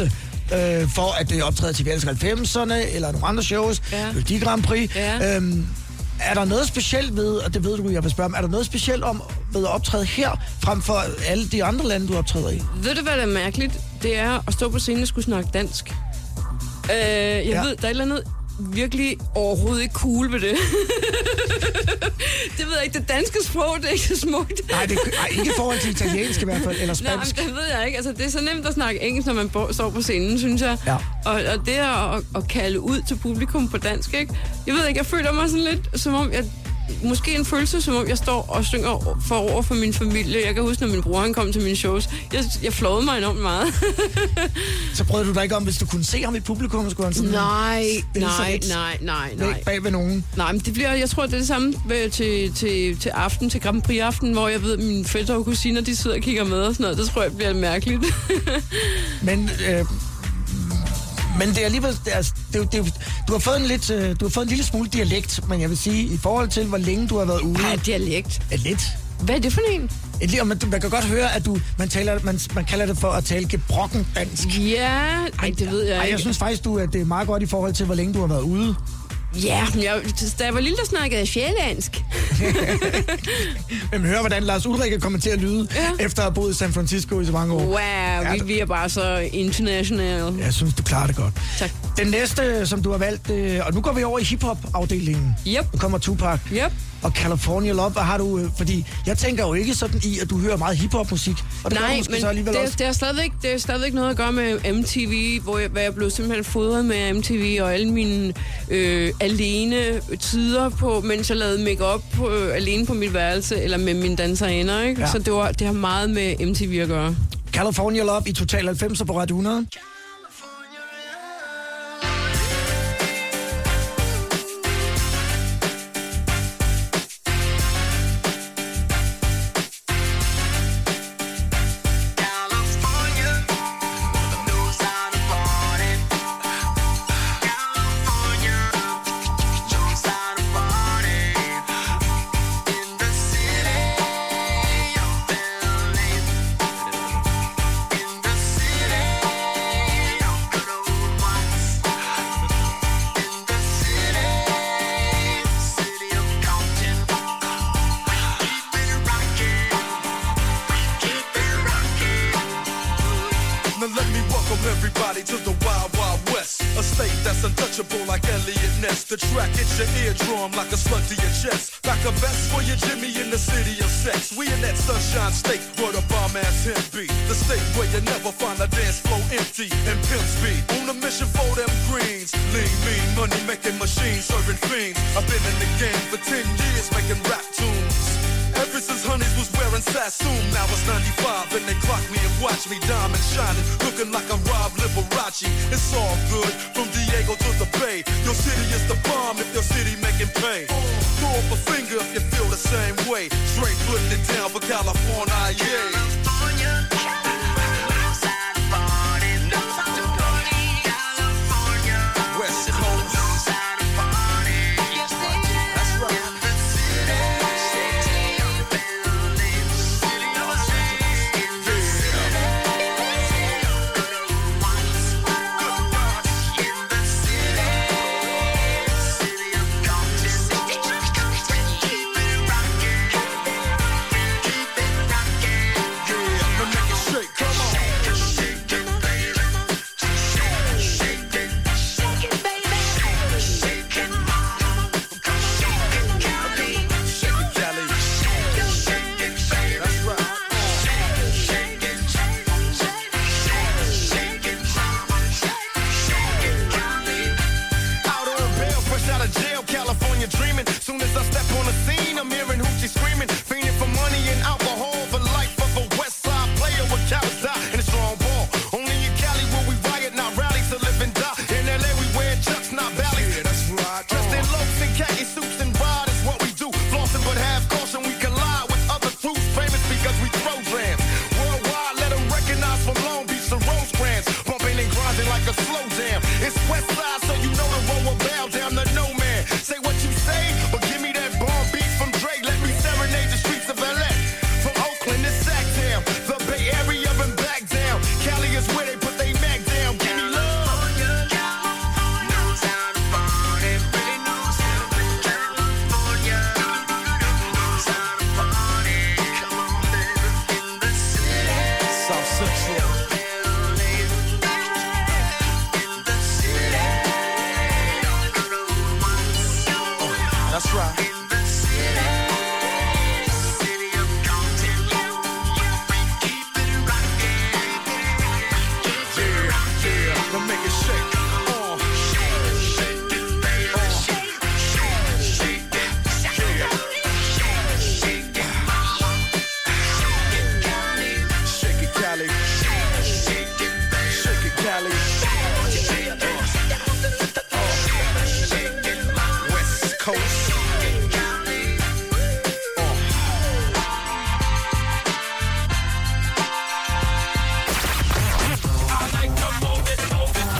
øh, for at det optræder til Vi elsker halvfemserne, eller nogle andre shows, Ja. Melodi Grand Prix. Ja. Øhm, er der noget specielt ved, og det ved du, jeg vil spørge om, er der noget specielt om ved at optræde her, frem for alle de andre lande, du optræder i? Ved du, hvad der er mærkeligt? Det er at stå på scenen og skulle snakke dansk. Øh, jeg Ja. ja. ved, der er et eller andet virkelig overhovedet ikke cool ved det. Det ved jeg ikke. Det danske sprog, det er ikke så smukt. Nej, det, ej, ikke i forhold til italiensk i hvert fald, eller Nej, spansk. men det ved jeg ikke. Altså, det er så nemt at snakke engelsk, når man bo- står på scenen, synes jeg. Ja. Og, og det at, at kalde ud til publikum på dansk, ikke? Jeg ved ikke, jeg føler mig sådan lidt, som om jeg... Måske en følelse, som om jeg står og synger for over for min familie. Jeg kan huske, når min bror han kom til mine shows. Jeg, jeg flåede mig enormt meget. Så prøvede du dig ikke om, hvis du kunne se ham i publikum, skulle han sådan... Nej, spille sig nej, lidt nej, nej, væk nej. bag ved nogen. Nej, men det bliver, jeg tror, det er det samme ved, til, til, til aften, til Grand Prix-aften, hvor jeg ved, at mine fætter og kusiner, de sidder og kigger med og sådan noget. Det tror jeg bliver mærkeligt. Men, øh, men det er alligevel... Det er, det, er, jo- det, er, jo- du, har fået en lidt, øh, du har fået en lille smule dialekt, men jeg vil sige, i forhold til, hvor længe du har været ude... Ej, dialekt. Er lidt. Hvad er det for en? Et, lige- og man, man kan godt høre, at du, man, taler, man, man kalder det for at tale gebrokken dansk. Ja, ej, det ved jeg Ej, ikke. jeg synes faktisk, du, at det er meget godt i forhold til, hvor længe du har været ude. Ja, men jeg, da jeg var lille, der snakkede jeg sjællandsk. Men hør, hvordan Lars Ulrike kommer til at lyde, Ja. efter at have boet i San Francisco i så mange år. Wow, Ja, vi, du- vi er bare så internationale. Jeg synes, du klarer det godt. Tak. Den næste, som du har valgt, øh, og nu går vi over i hiphop-afdelingen. Yep. Nu kommer Tupac. Yep. Og California Love, hvad har du... Øh, fordi jeg tænker jo ikke sådan i, at du hører meget hiphop-musik. Og det gør du Nej, måske men så alligevel det, også. det, er stadigvæk, det er stadigvæk noget at gøre med M T V, hvor jeg, hvor jeg blev simpelthen fodret med M T V og alle mine øh, alene tider på, mens jeg lavede make-up på, øh, alene på mit værelse, eller med mine danserinder, ikke? Ja. Så det, var, det har meget med M T V at gøre. California Love i Total halvfemser på Radio hundrede. Now let me welcome everybody to the Wild Wild West. A state that's untouchable like Elliot Ness. The track hits your eardrum like a slug to your chest. Back a vest for your Jimmy in the city of sex. We in that sunshine state where the bomb ass him be. The state where you never find a dance floor empty and pimps be. On a mission for them greens. Lean, mean, money making machines serving fiends. I've been in the game for ten years making rap tunes. Ever since Honeys was wearing Sassoon, now it's ninety-five and they clock me and watch me diamond shining, looking like I'm Rob Liberace. It's all good from Diego to the Bay. Your city is the bomb if your city making pay. Throw up a finger if you feel the same way. Straight putting it down for California, yeah. West Coast. That's right. Cali is where they put they mag down. Give me love.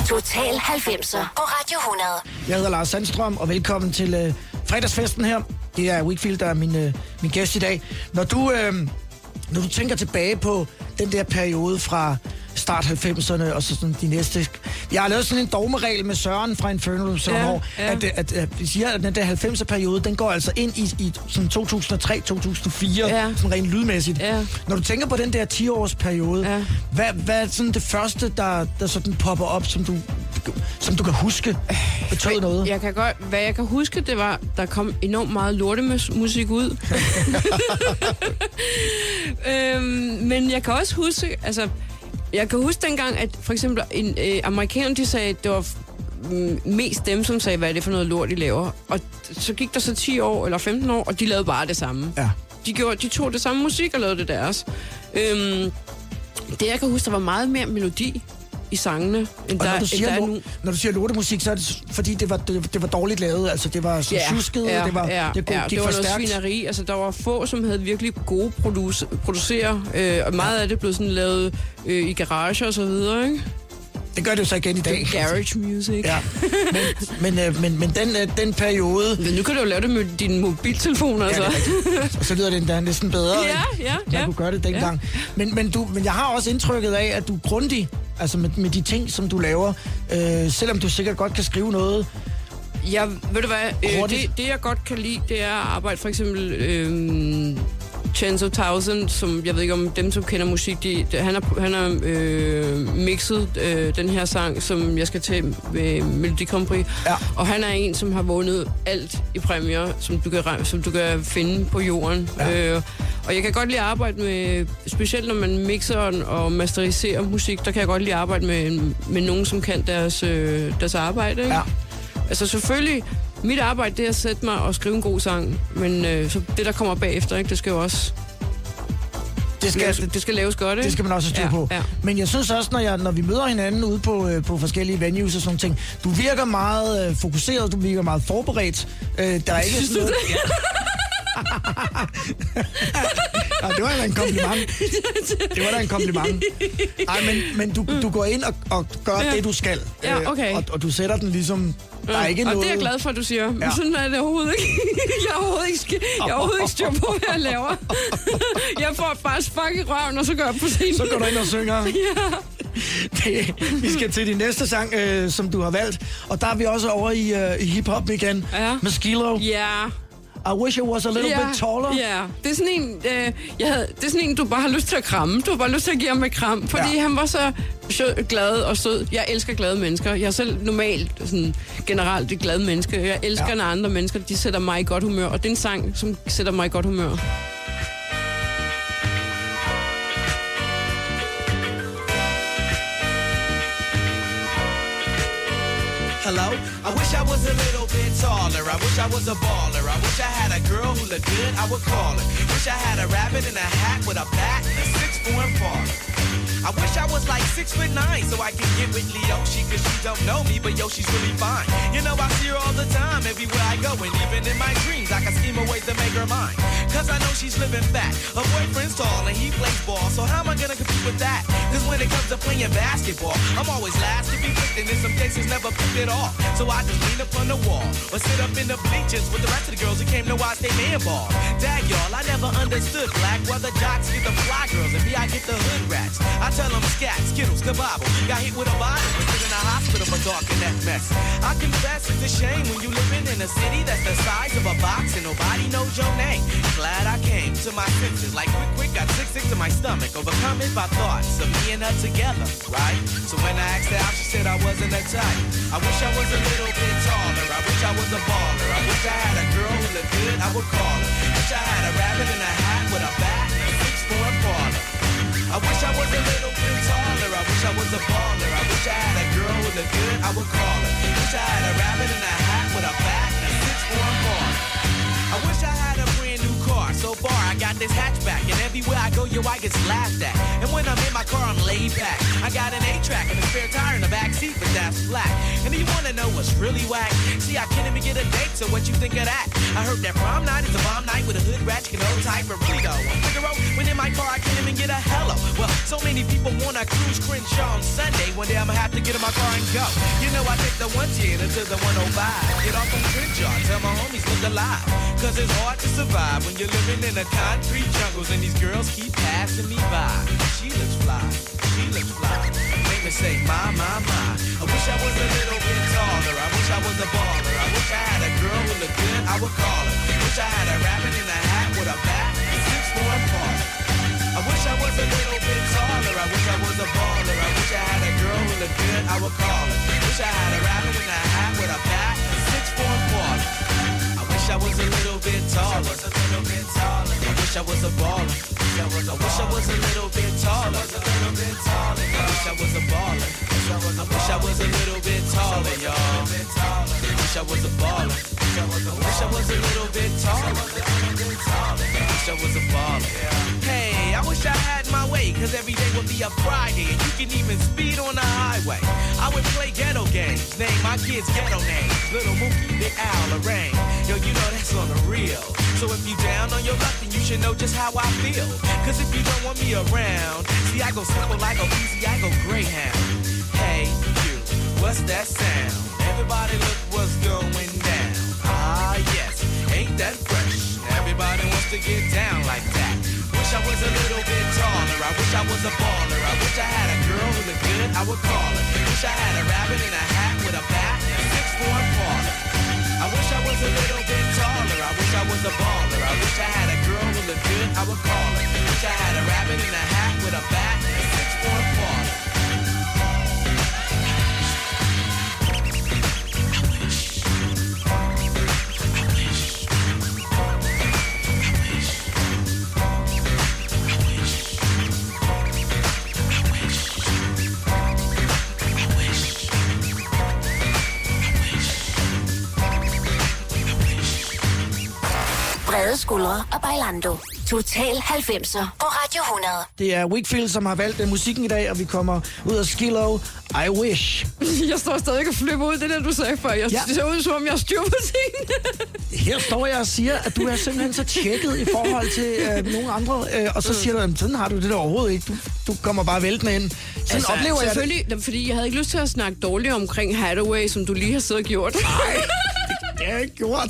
Total halvfemser på Radio hundrede. Jeg hedder Lars Sandstrøm, og velkommen til øh, fredagsfesten her. Det er Wakefield, der er min, øh, min gæst i dag. Når du, øh, når du tænker tilbage på den der periode fra start halvfemserne og så sådan de næste... Jeg har lavet sådan en dogmeregel med Søren fra Inferno Søren Ja, år, ja. at, at, at vi siger, at den der halvfemser-periode, den går altså ind i, i sådan to tusind og tre til to tusind og fire, Ja. sådan rent lydmæssigt. Ja. Når du tænker på den der ti-års-periode, Ja. hvad, hvad er sådan det første, der, der sådan popper op, som du, som du kan huske, betød noget? Jeg kan godt, hvad jeg kan huske, det var, der kom enormt meget lortemusik ud. øhm, men jeg kan også huske, altså, jeg kan huske dengang, at for eksempel en, øh, amerikanerne, de sagde, at det var mm, mest dem, som sagde, hvad er det for noget lort, de laver. Og så gik der så ti år eller femten år, og de lavede bare det samme. Ja. De, gjorde, de tog det samme musik og lavede det deres. Øhm, det jeg kan huske, der var meget mere melodi i sangene, end Og der, når, du end siger, der er lo- nu. når du siger lortemusik, så er det fordi, det var, det, det var dårligt lavet. Altså, det var så tjusket, ja, det var, ja, det, ja, gik det var for noget stærkt. svineri. Altså, der var få, som havde virkelig gode produce, producerer, øh, og meget af det blev sådan lavet øh, i garager og så videre, ikke? Det gør det jo så igen i dag. Garage music. Ja. Men, men, øh, men, men den, øh, den periode... Men nu kan du jo lave det med din mobiltelefon, altså. Ja, det er rigtigt. Og så lyder det endda næsten bedre, Ja, end ja, man ja. kunne gøre det dengang. Ja. Men, men, du, men jeg har også indtrykket af, at du er grundig, altså med, med de ting, som du laver, øh, selvom du sikkert godt kan skrive noget. Ja, ved du hvad, øh, Hurtigt. det, det jeg godt kan lide, det er at arbejde for eksempel øh, Chance of Thousand, som jeg ved ikke om dem, som kender musik, de, de, han har, han har øh, mixet øh, den her sang, som jeg skal til med Melodi Grand Prix. Ja. Og han er en, som har vundet alt i præmier, som du kan, som du kan finde på jorden. Ja. Øh, og jeg kan godt lide at arbejde med, specielt når man mixer og masteriserer musik, der kan jeg godt lide at arbejde med, med nogen, som kan deres, øh, deres arbejde. Ikke? Ja. Altså selvfølgelig, mit arbejde det er at sætte mig og skrive en god sang, men øh, så det, der kommer bagefter, ikke, det skal jo også Det skal, laves, det skal laves godt, ikke? det skal man også have styr Ja, på. ja. Men jeg synes også, når, jeg, når vi møder hinanden ude på, øh, på forskellige venues og sådan ting, du virker meget øh, fokuseret, du virker meget forberedt. Øh, der er ikke Synes sådan du noget... Ja, det var da en kompliment. Det var da en kompliment. Ej, men, men du, du går ind og, og gør Ja. det, du skal. Ja, Øh, okay. Og, og du sætter den ligesom... Der er ikke og noget... det er jeg glad for, at du siger. Men Ja. sådan er det overhovedet ikke. Jeg er overhovedet ikke, sk- jeg er overhovedet ikke styr på, hvad jeg laver. Jeg får bare spark i røven, og så gør jeg på scenen. Så går du ind og synger. Ja. Det, vi skal til din næste sang, øh, som du har valgt. Og der er vi også over i, øh, i hip-hop igen. Ja. Med Skilo. Ja. I wish I was a little Ja, bit taller. ja. Det er sådan en, øh, jeg havde, det er sådan en, du bare har lyst til at kramme. Du har bare lyst til at give ham et kram, fordi Ja. han var så sød, glad og sød. Jeg elsker glade mennesker. Jeg er selv normalt sådan, generelt et glad menneske. Jeg elsker, Ja. når andre mennesker, de sætter mig i godt humør. Og det er en sang, som sætter mig i godt humør. Hello? I wish I was a little bit taller. I wish I was a baller. I wish I had a girl who looked good, I would call her. Wish I had a rabbit in a hat with a bat and a six-foot parlor. I wish I was like six foot nine so I could get with Leoshi, cause she don't know me, but yo, she's really fine. You know, I see her all the time, everywhere I go, and even in my dreams, I can scheme a way to make her mine. Cause I know she's living fat. Her boyfriend's tall and he plays ball, so how am I gonna compete with that? Cause when it comes to playing basketball, I'm always last to be picked, and in some cases never picked at all. So I just lean up on the wall, or sit up in the bleachers with the rest of the girls who came to watch they man ball. Dag y'all, I never understood black, why the jocks get the fly girls, and me I get the hood rats. I tell them scat, skittles, kabobble. Got hit with a bottle, but in a hospital for talking that mess. I confess it's a shame when you living in a city that's the size of a box and nobody knows your name. Glad I came to my senses, like quick, quick, got sick, sick to my stomach, overcome it by thoughts of me and her together, right? So when I asked her out, she said I wasn't a type. I wish I was a little bit taller. I wish I was a baller. I wish I had a girl who looked good, I would call her. Wish I had a rabbit in a hat with a bat and a six-foot parlor. I wish I was a little bit taller. I wish I was a baller. I wish I had a girl who looked good, I would call her. Wish I had a rabbit in a hat with a bat and a six-foot parlor. I wish I had a brand new car. So far, I got this hatchback, and everywhere I go, yo, I get laughed at. And when I'm in my car, I'm laid back. I got an eight track and a spare tire in the back seat, but that's flat. And do you wanna know what's really whack? See, I can't even get a date, so what you think of that? I heard that prom night is a bomb night with a hood ratchet and old type, but really though, I'm Figaro, when in my car I can't even get a hello. Well, so many people wanna cruise Crenshaw on Sunday. One day I'ma have to get in my car and go. You know I take the one ten to the one oh five. Get off on Crenshaw, tell my homies look alive. Cause it's hard to survive when you're living in the concrete jungles and these girls keep passing me by. She looks fly, she looks fly. Make me say, my, my, my. I wish I was a little bit taller. I wish I was a baller. I wish I had a girl who looked good, I would call her. Wish I had a rabbit in a hat with a bat and six four and part. I wish I was a little bit taller. I wish I was a baller. I wish I had a girl who looked good, I would call her. Wish I had a rabbit in a hat with a bat and six four and part. I wish I was a little bit taller. I wish I was a baller. I wish I was a little bit taller. I wish I was a baller. I wish I was a little bit taller, y'all. I wish I was a baller. I wish I was a little bit taller. I wish I was a baller. Hey, I wish I had my way, cause every day would be a Friday and you can even speed on the highway. I would play ghetto games, name my kids ghetto names. Little Mookie, Big Al, Lorraine. Yo, you know that's on the real. So if you down on your luck, then you should know just how I feel. Cause if you don't want me around, see I go simple, I go easy, I go Greyhound. Hey, you, what's that sound? Everybody look what's going down. Ah, yes, ain't that fresh? Everybody wants to get down like that. Wish I was a little bit taller. I wish I was a baller. I wish I had a girl who looked good, I would call her. Wish I had a rabbit in a hat with a bat and a six four parlor. I wish I was a little bit taller. I wish I was a baller. I wish I had a girl who looked good, I would call her. Wish I had a rabbit in a hat with a bat and a six four parlor. Brede skuldre og Bailando. Total halvfemser på Radio hundrede. Det er Wakefield, som har valgt uh, musikken i dag, og vi kommer ud af Skillow. I wish. Jeg står stadig og flipper ud det der, du sagde før. Jeg Ja. ser ud, som om jeg styrer på tingene. Her står jeg og siger, at du er simpelthen så tjekket i forhold til uh, nogle andre, uh, og så siger du, at sådan har du det der overhovedet ikke. Du, du kommer bare væltende ind. Sådan altså, oplever jeg det. Selvfølgelig, fordi jeg havde ikke lyst til at snakke dårligt omkring Hathaway, som du lige har siddet og gjort. Nej, det har jeg ikke gjort.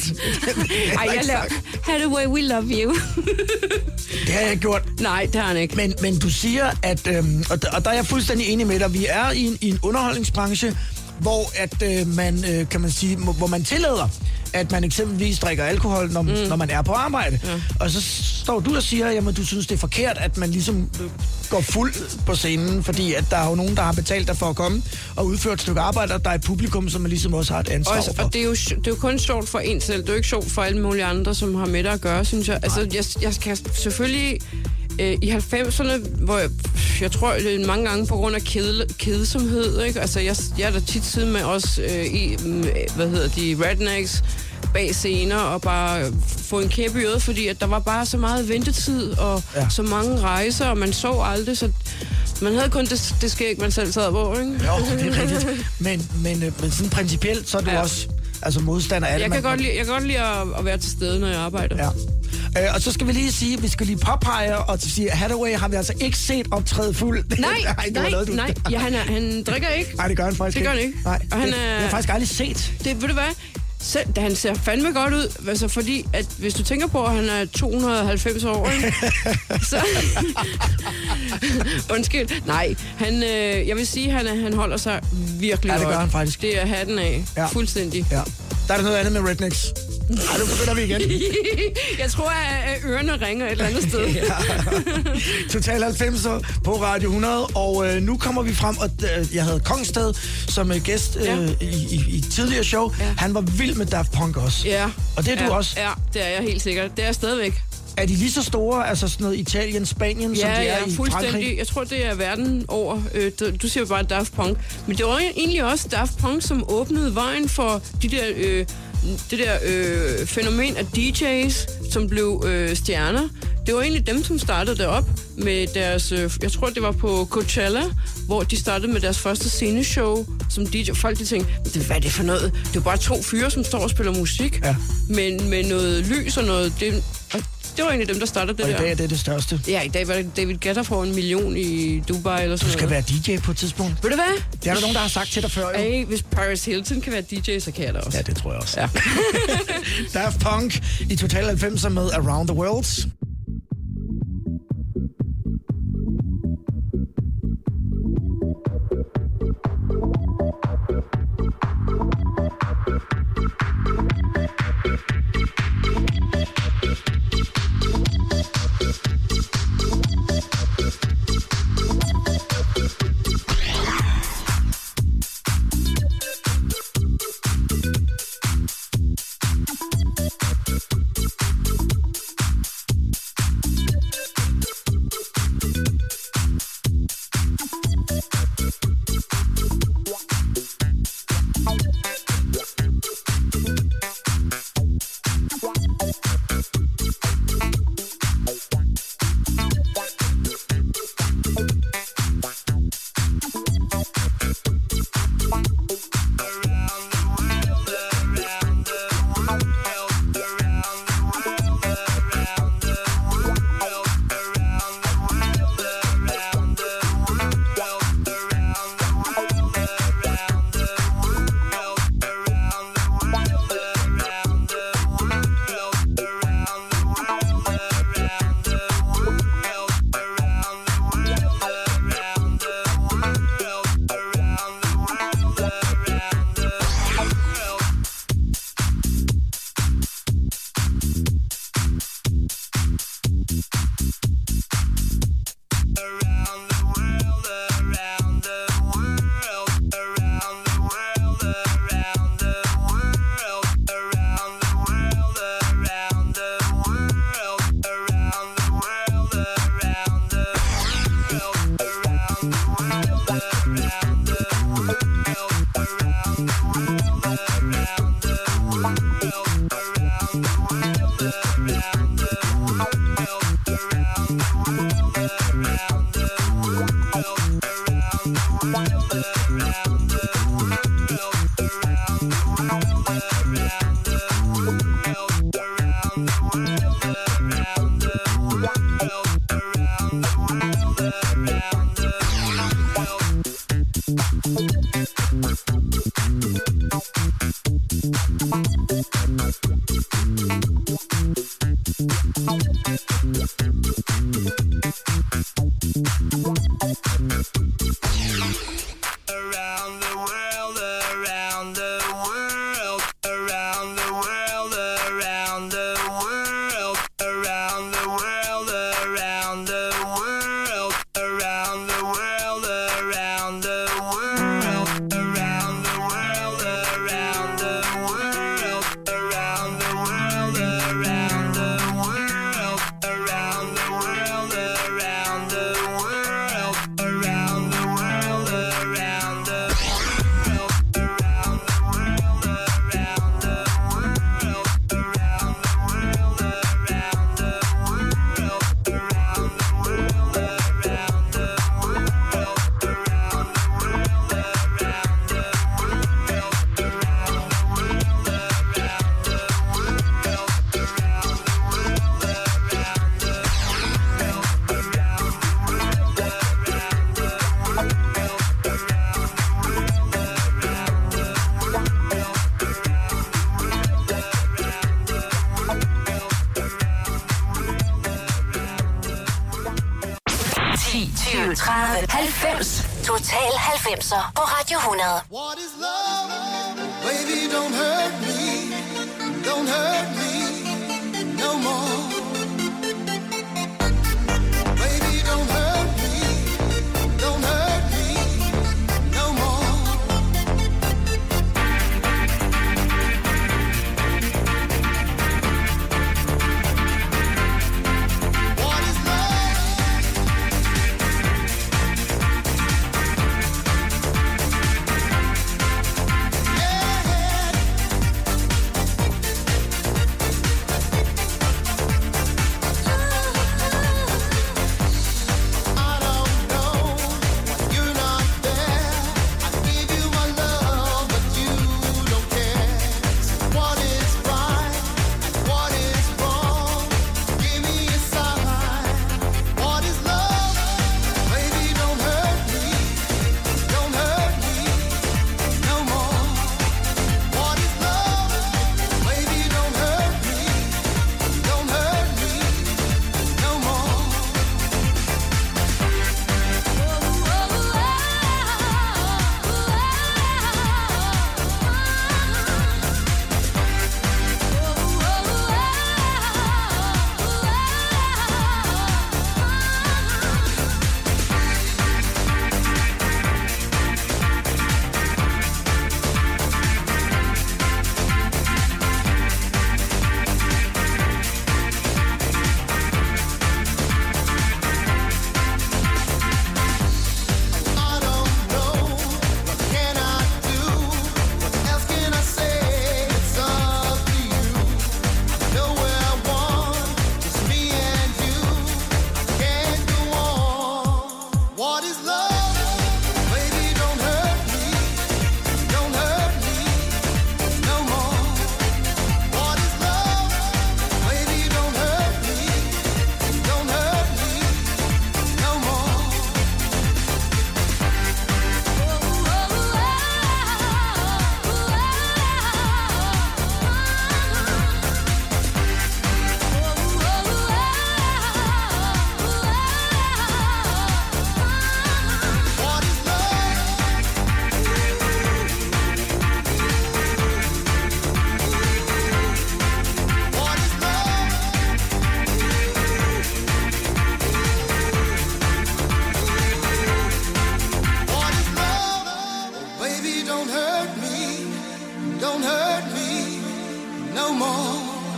Ej, jeg laver Hathaway, we love you. Det har jeg ikke gjort. Nej, det har han ikke. Men, men du siger, at, øhm, og, der, og der er jeg fuldstændig enig med dig, vi er i en, i en underholdningsbranche, hvor at øh, man, øh, kan man sige, hvor man tillader, at man eksempelvis drikker alkohol, når, mm. når man er på arbejde. Ja. Og så står du og siger, jamen du synes, det er forkert, at man ligesom går fuld på scenen, fordi at der er jo nogen, der har betalt dig for at komme og udføre et stykke arbejde, og der er et publikum, som man ligesom også har et ansvar og, for. Og det er, jo, det er jo kun sjovt for en selv. Det er jo ikke sjovt for alle mulige andre, som har med dig at gøre, synes jeg. Altså, jeg, jeg kan selvfølgelig... Øh, I halvfemserne, hvor jeg, jeg tror, det er mange gange på grund af kede, kedesomhed, ikke? Altså, jeg, jeg er der tit siddet med os øh, i, hvad hedder de, rednecks bag scener og bare få en kæppe i øret, fordi at der var bare så meget ventetid og ja. så mange rejser, og man sov aldrig, så man havde kun det, det skæg, man selv sad på, ikke? Jo, det er rigtigt. Men, men, men sådan principielt, så er du ja. også altså modstander af det. Jeg kan, man, godt lide, jeg kan godt lide at, at være til stede, når jeg arbejder. Ja. Øh, og så skal vi lige sige, vi skal lige påpege og sige, at Hathaway har vi altså ikke set optræde fuld. Nej, nej, nej, noget, du... nej. Ja, han, er, han drikker ikke. Nej, det gør han faktisk det gør han ikke. Nej, og han det, er, det har jeg faktisk aldrig set. Det, ved du hvad? Selv, han ser fandme godt ud, altså fordi, at hvis du tænker på, at han er to hundrede og halvfems år, så... Undskyld. Nej, han, øh, jeg vil sige, at han, han holder sig virkelig godt. Ja, det gør godt. han faktisk. Det er hatten af. Ja. Fuldstændig. Ja. Der er der noget andet med rednecks. Ej, nu begynder vi igen. Jeg tror, at ørerne ringer et eller andet sted. Ja. Total halvfemser på Radio hundrede, og øh, nu kommer vi frem, og øh, jeg havde Kongsted som øh, gæst øh, ja. i, i, i tidligere show. Ja. Han var vild med Daft Punk også. Ja. Og det er ja. du også. Ja, det er jeg helt sikkert. Det er jeg stadigvæk. Er de lige så store, altså sådan noget Italien, Spanien, ja, som de er ja, i fuldstændig. Frankrig? Jeg tror, det er verden over. Øh, du, du siger jo bare Daft Punk. Men det var egentlig også Daft Punk, som åbnede vejen for de der... Øh, det der øh, fænomen af D J's, som blev øh, stjerner. det var egentlig dem, som startede det op med deres, øh, jeg tror, det var på Coachella, hvor de startede med deres første sceneshow, som D J. Folk de tænkte, hvad er det for noget? Det er bare to fyre, som står og spiller musik, ja. men med noget lys og noget... Det, og det var egentlig dem, der startede det og der. Og i dag er det det største. Ja, i dag var det David Guetta for en million i Dubai eller sådan noget. Du skal noget. være D J på et tidspunkt. Ved du hvad? Det er der nogen, der har sagt til dig før, jo. Ej, hvis Paris Hilton kan være D J, så kan jeg da også. Ja, det tror jeg også. Ja. Daft Punk i Total halvfemser med Around the World. tyve, tredive, halvfems. Total halvfemser på Radio hundrede. What is love? Baby, don't hurt me. Don't hurt me no more. Baby, don't hurt me. Don't hurt me no more. What is love? Yeah. don't hurt me no more.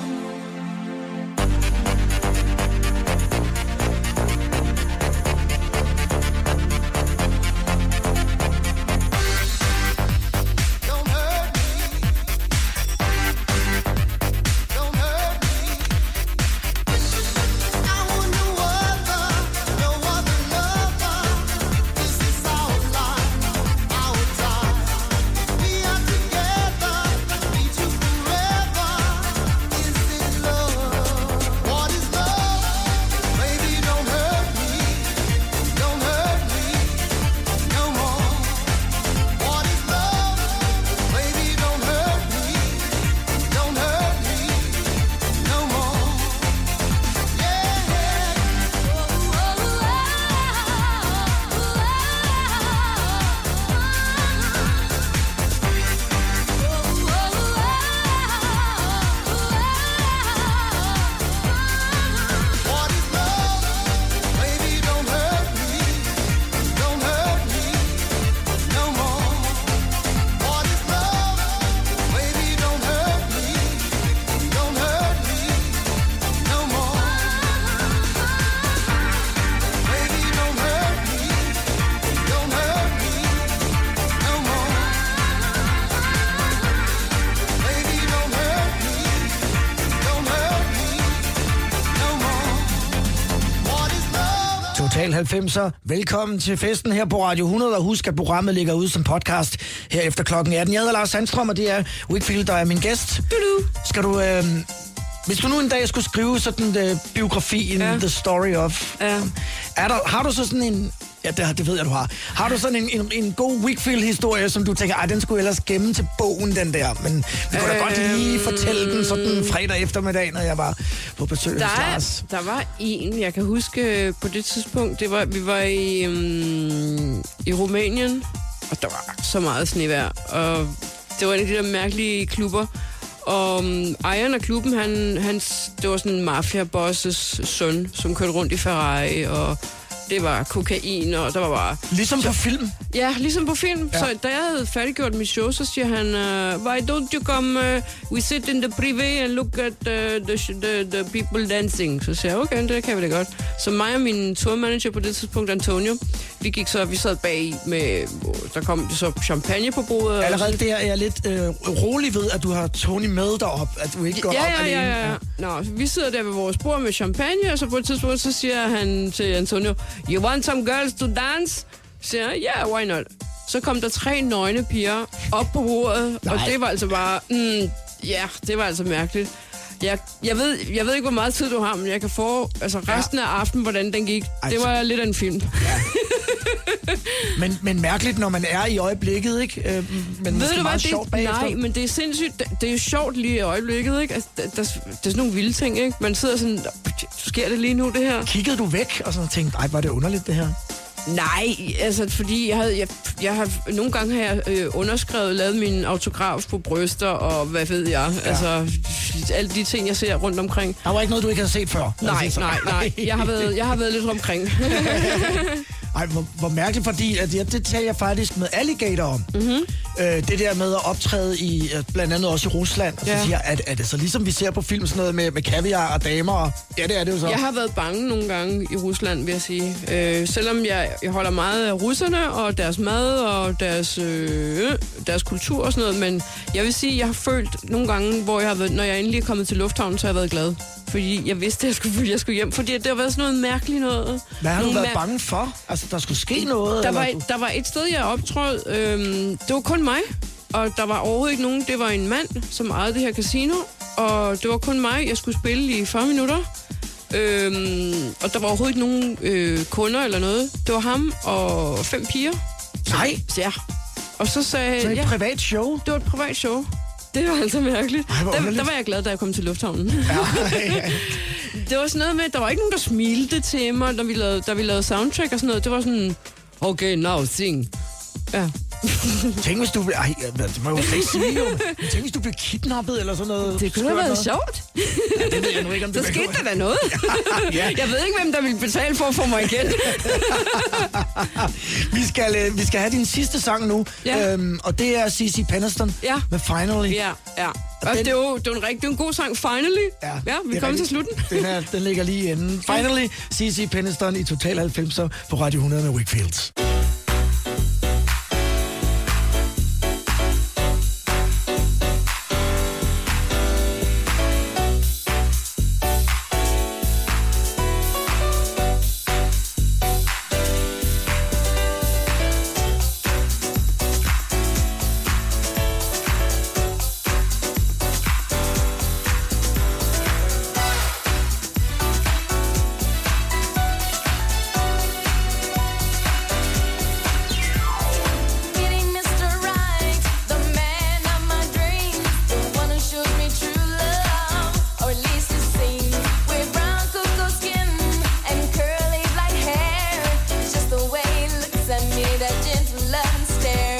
Total halvfemser. Velkommen til festen her på Radio hundrede, og husk, at programmet ligger ude som podcast her efter klokken atten. Jeg hedder Lars Sandstrøm, og det er Wakefield, der er min gæst. Du-du. Skal du... Øh, hvis du nu en dag skulle skrive sådan en uh, biografi, en ja. The Story of... Ja. Er der, har du så sådan en... Ja, det, det ved jeg, du har. Har du sådan en, en, en god Wakefield-historie, som du tænker, ej, den skulle ellers gemme til bogen, den der. Men vi kunne da godt lige fortælle den sådan fredag eftermiddag, når jeg var på besøg hos Lars. Der var en, jeg kan huske på det tidspunkt, det var, vi var i, um, i Rumænien, og der var så meget snevejr, og det var en af de der mærkelige klubber. Og um, ejeren af klubben, han, hans, det var sådan en mafia-bosses søn, som kørte rundt i Ferrari, og det var kokain, og der var bare... Ligesom på film? Ja, ligesom på film. Ja. Så da jeg havde færdiggjort mit show, så siger han, uh, why don't you come, uh, we sit in the privé and look at uh, the, the, the people dancing. Så siger jeg, okay, det kan vi da godt. Så mig og min tourmanager på det tidspunkt, Antonio, vi gik så, vi sad bag med, der kom så champagne på bordet. Allerede der er jeg lidt øh, rolig ved, at du har Tony med derop, at du ikke går ja, op ja, alene. Ja, ja, ja. Nå, vi sidder der ved vores bord med champagne, og så på et tidspunkt, så siger han til Antonio, you want some girls to dance? Så siger jeg, yeah, why not? Så kom der tre nøgne piger op på bordet, Nej. og det var altså bare, mm, ja, yeah, det var altså mærkeligt. Jeg, jeg, ved, jeg ved ikke, hvor meget tid du har, men jeg kan få altså resten ja. af aftenen, hvordan den gik. Altså. Det var lidt af en film. Ja. men, men mærkeligt, når man er i øjeblikket, ikke? Øh, men ved du hvad, det, nej, men det er sindssygt. Det, det er jo sjovt lige i øjeblikket, ikke? Altså, der, der, det er sådan nogle vilde ting, ikke? Man sidder sådan, sker det lige nu, det her? Kiggede du væk og sådan tænkte, ej, var det underligt, det her? Nej, altså fordi jeg havde, jeg, jeg har, nogle gange har jeg øh, underskrevet, lavet min autograf på bryster, og hvad ved jeg, ja. altså alle de ting, jeg ser rundt omkring. Der var ikke noget, du ikke havde set før? Nej, nej, nej, jeg har været, jeg har været lidt omkring. Ej, hvor, hvor mærkeligt, fordi at, ja, det taler jeg faktisk med Alligator om. Mm-hmm. Øh, det der med at optræde i, blandt andet også i Rusland. Og så ja. siger jeg, at er det så ligesom vi ser på film, sådan noget med, med kaviar og damer? Og, ja, det er det jo så. Jeg har været bange nogle gange i Rusland, vil jeg sige. Øh, selvom jeg, jeg holder meget af russerne og deres mad og deres, øh, deres kultur og sådan noget. Men jeg vil sige, jeg har følt nogle gange, hvor jeg har været, når jeg endelig er kommet til lufthavnen, så har jeg været glad. Fordi jeg vidste, at jeg skulle, jeg skulle hjem. Fordi det har været sådan noget mærkeligt noget. Hvad har du været mær- bange for? Altså, der skulle ske noget? Der, eller var, du... der var et sted, jeg optrådte. Øhm, det var kun mig. Og der var overhovedet ikke nogen. Det var en mand, som ejede det her casino. Og det var kun mig. Jeg skulle spille i fyrre minutter. Øhm, og der var overhovedet ikke nogen øh, kunder eller noget. Det var ham og fem piger. Nej? Så, ja. Og så sagde Så et ja, privat show? Det var et privat show. Det var altså mærkeligt. Ej, der, der var jeg glad, da jeg kom til lufthavnen. Ja, ja. Det var sådan noget med, der var ikke nogen, der smilte til mig, da vi lavede, da vi lavede soundtrack og sådan noget. Det var sådan, okay, now sing. Ja. Tænk, hvis du bliver... Ej, det må jeg jo slet ikke sige, jo. Men tænk, hvis du bliver kidnappet eller sådan noget. Det kunne have været sjovt. Ja, det ved jeg nu ikke, om det Så skete der da noget. Ja. Jeg ved ikke, hvem der vil betale for at få mig igen. vi, skal, øh, vi skal have din sidste sang nu, Ja. øhm, og det er C C Peniston Ja. med Finally. Ja, ja. Og den- det er jo det er en, rigtig, det er en god sang, Finally. Ja, ja vi det er kommer til rigtigt. slutten. Den, her, den ligger lige inden. Finally, C C Peniston i Total halvfemser på Radio hundrede med Wakefields. Meeting Mister Right, the man of my dreams, the one who shows me true love, or at least it seems. With brown cocoa skin and curly black hair, it's just the way he looks at me, that gentle loving stare.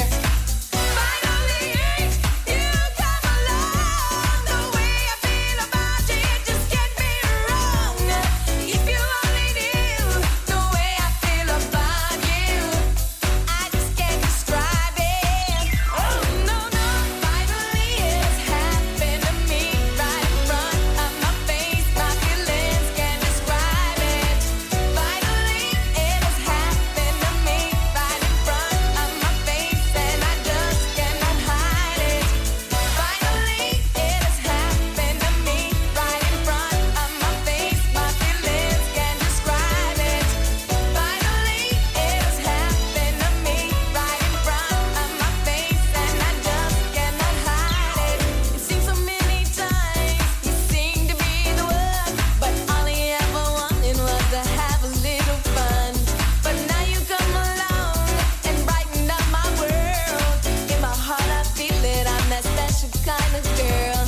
Finally, you come along. The way I feel about you, it just can't be wrong. If you only knew the way I feel about you, I just can't describe it. Oh no no, finally it's happened to me right in front of my face. My feelings can't describe it. Finally it has happened to me right in front of my face, and I just cannot hide it. Finally it has happened to me right in front of my face. My feelings can't describe it. Finally it has happened to me right in front of my face, and I just cannot hide it. It seems so many times he seemed to be the one, but all he ever wanted was to have a little fun. But now you come along and brighten up my world. In my heart I feel it, I'm that special kind of girl.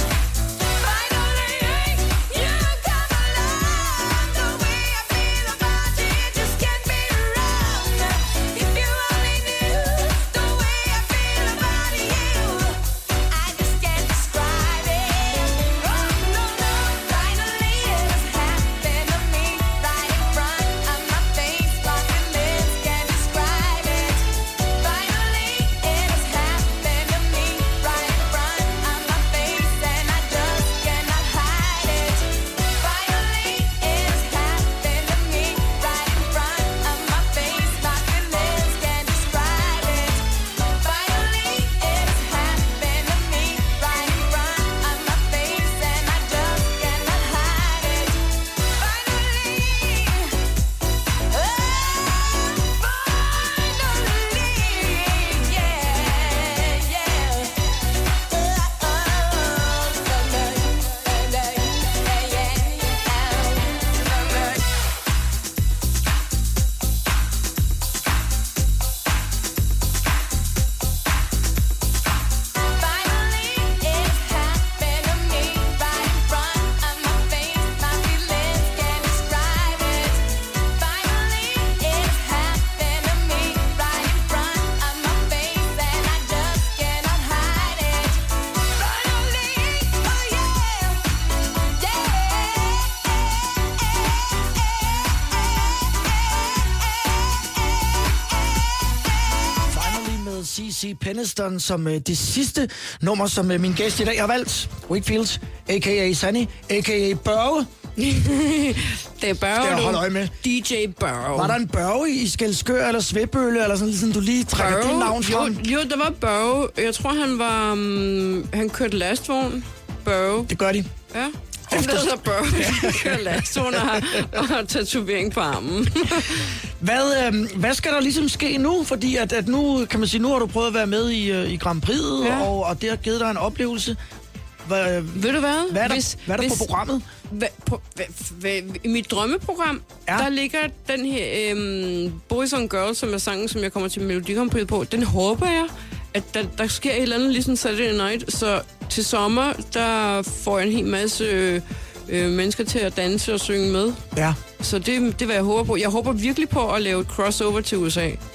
Finally you come along. The way I feel about you, it just can't be wrong. If you only knew the way I feel about you, I just can't describe it. Oh no no, finally it has happened to me right in front of my face. My feelings can't describe it. Finally it has happened to me right in front of my face, and I just cannot hide it. Finally it has happened to me right in front of my face. My feelings can't describe it. Finally it has happened to me right in front of my face, and I just cannot hide it. Finally, oh, finally, yeah, yeah. Finally, it's happened to me right in front of my face. My feelings can't describe it. Finally, it's happened to me right in front of my face, and I just cannot hide it. Finally, oh yeah, Finally med C C Peniston som øh, det sidste nummer, som øh, min gæst i dag har valgt. Wakefields, a k a. Sunny, a k a. Børge. Det er Børge, Skal jeg du. holde øje med? D J Børge. Var der en Børge i Skelskør eller Svebølle, eller sådan, ligesom du lige trækker det navn frem? Jo, jo, der var Børge. Jeg tror, han var... Um, han kørte lastvogn. Børge. Det gør de. Ja. Han blev så Børge. Han kører lastvogn og har, og har tatovering på armen. Hvad, øh, hvad skal der ligesom ske nu? Fordi at, at nu, kan man sige, nu har du prøvet at være med i, øh, i Grand Prix'et, Ja. og, og det har givet dig en oplevelse. Hvad, Ved du hvad? hvad er der, Hvis- hvad er der hvis- på programmet? Hva, på, hva, hva, I mit drømmeprogram, ja. der ligger den her øhm, Boys on Girls, som er sangen, som jeg kommer til Melodi Grand Prix på. Den håber jeg, at der, der sker et eller andet ligesom Saturday Night. Så til sommer, der får jeg en hel masse øh, øh, mennesker til at danse og synge med. Ja. Så det, det er, hvad jeg håber på. Jeg håber virkelig på at lave et crossover til U S A.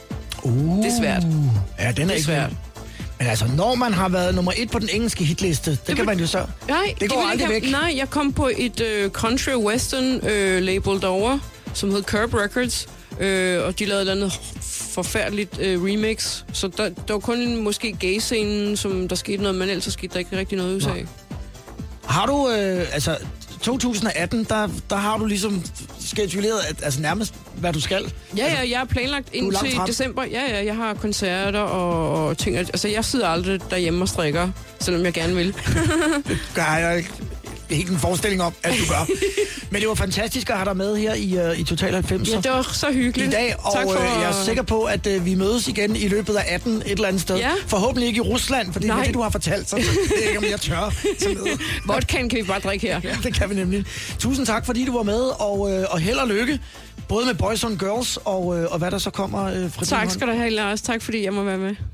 Uh, Det er svært. Ja, den er, Det er ikke svært. nem. Men altså, når man har været nummer et på den engelske hitliste, det, det kan man jo så... Nej, det går vil aldrig ikke væk. have- Nej, jeg kom på et øh, country western øh, label derovre, som hed Curb Records, øh, og de lavede et eller andet forfærdeligt øh, remix. Så der, der var kun måske gay-scenen, som der skete noget, men ellers så skete der ikke rigtig noget ud af. Har du, øh, altså, to tusind atten, der, der har du ligesom skeduleret, at, altså nærmest, hvad du skal? Ja, ja, jeg er planlagt Du er langt indtil frem. december. Ja, ja, jeg har koncerter og, og ting. Altså, jeg sidder aldrig derhjemme og strikker, selvom jeg gerne vil. Det har jeg ikke helt en forestilling om, at du gør. Men det var fantastisk at have dig med her i, uh, i Total halvfems. Ja, det var så hyggeligt. I dag, og Tak for, øh, jeg er sikker på, at øh, vi mødes igen i løbet af atten et eller andet sted. Ja. Forhåbentlig ikke i Rusland, for det er Nej. det, du har fortalt. Så det er ikke, om jeg tør. Vodkaen kan vi bare drikke her. Ja, det kan vi nemlig. Tusind tak, fordi du var med, og, øh, og held og lykke. Både med Boys and Girls, og, øh, og hvad der så kommer øh, fra din Tak hånd. skal du have, Lars. Tak fordi jeg må være med.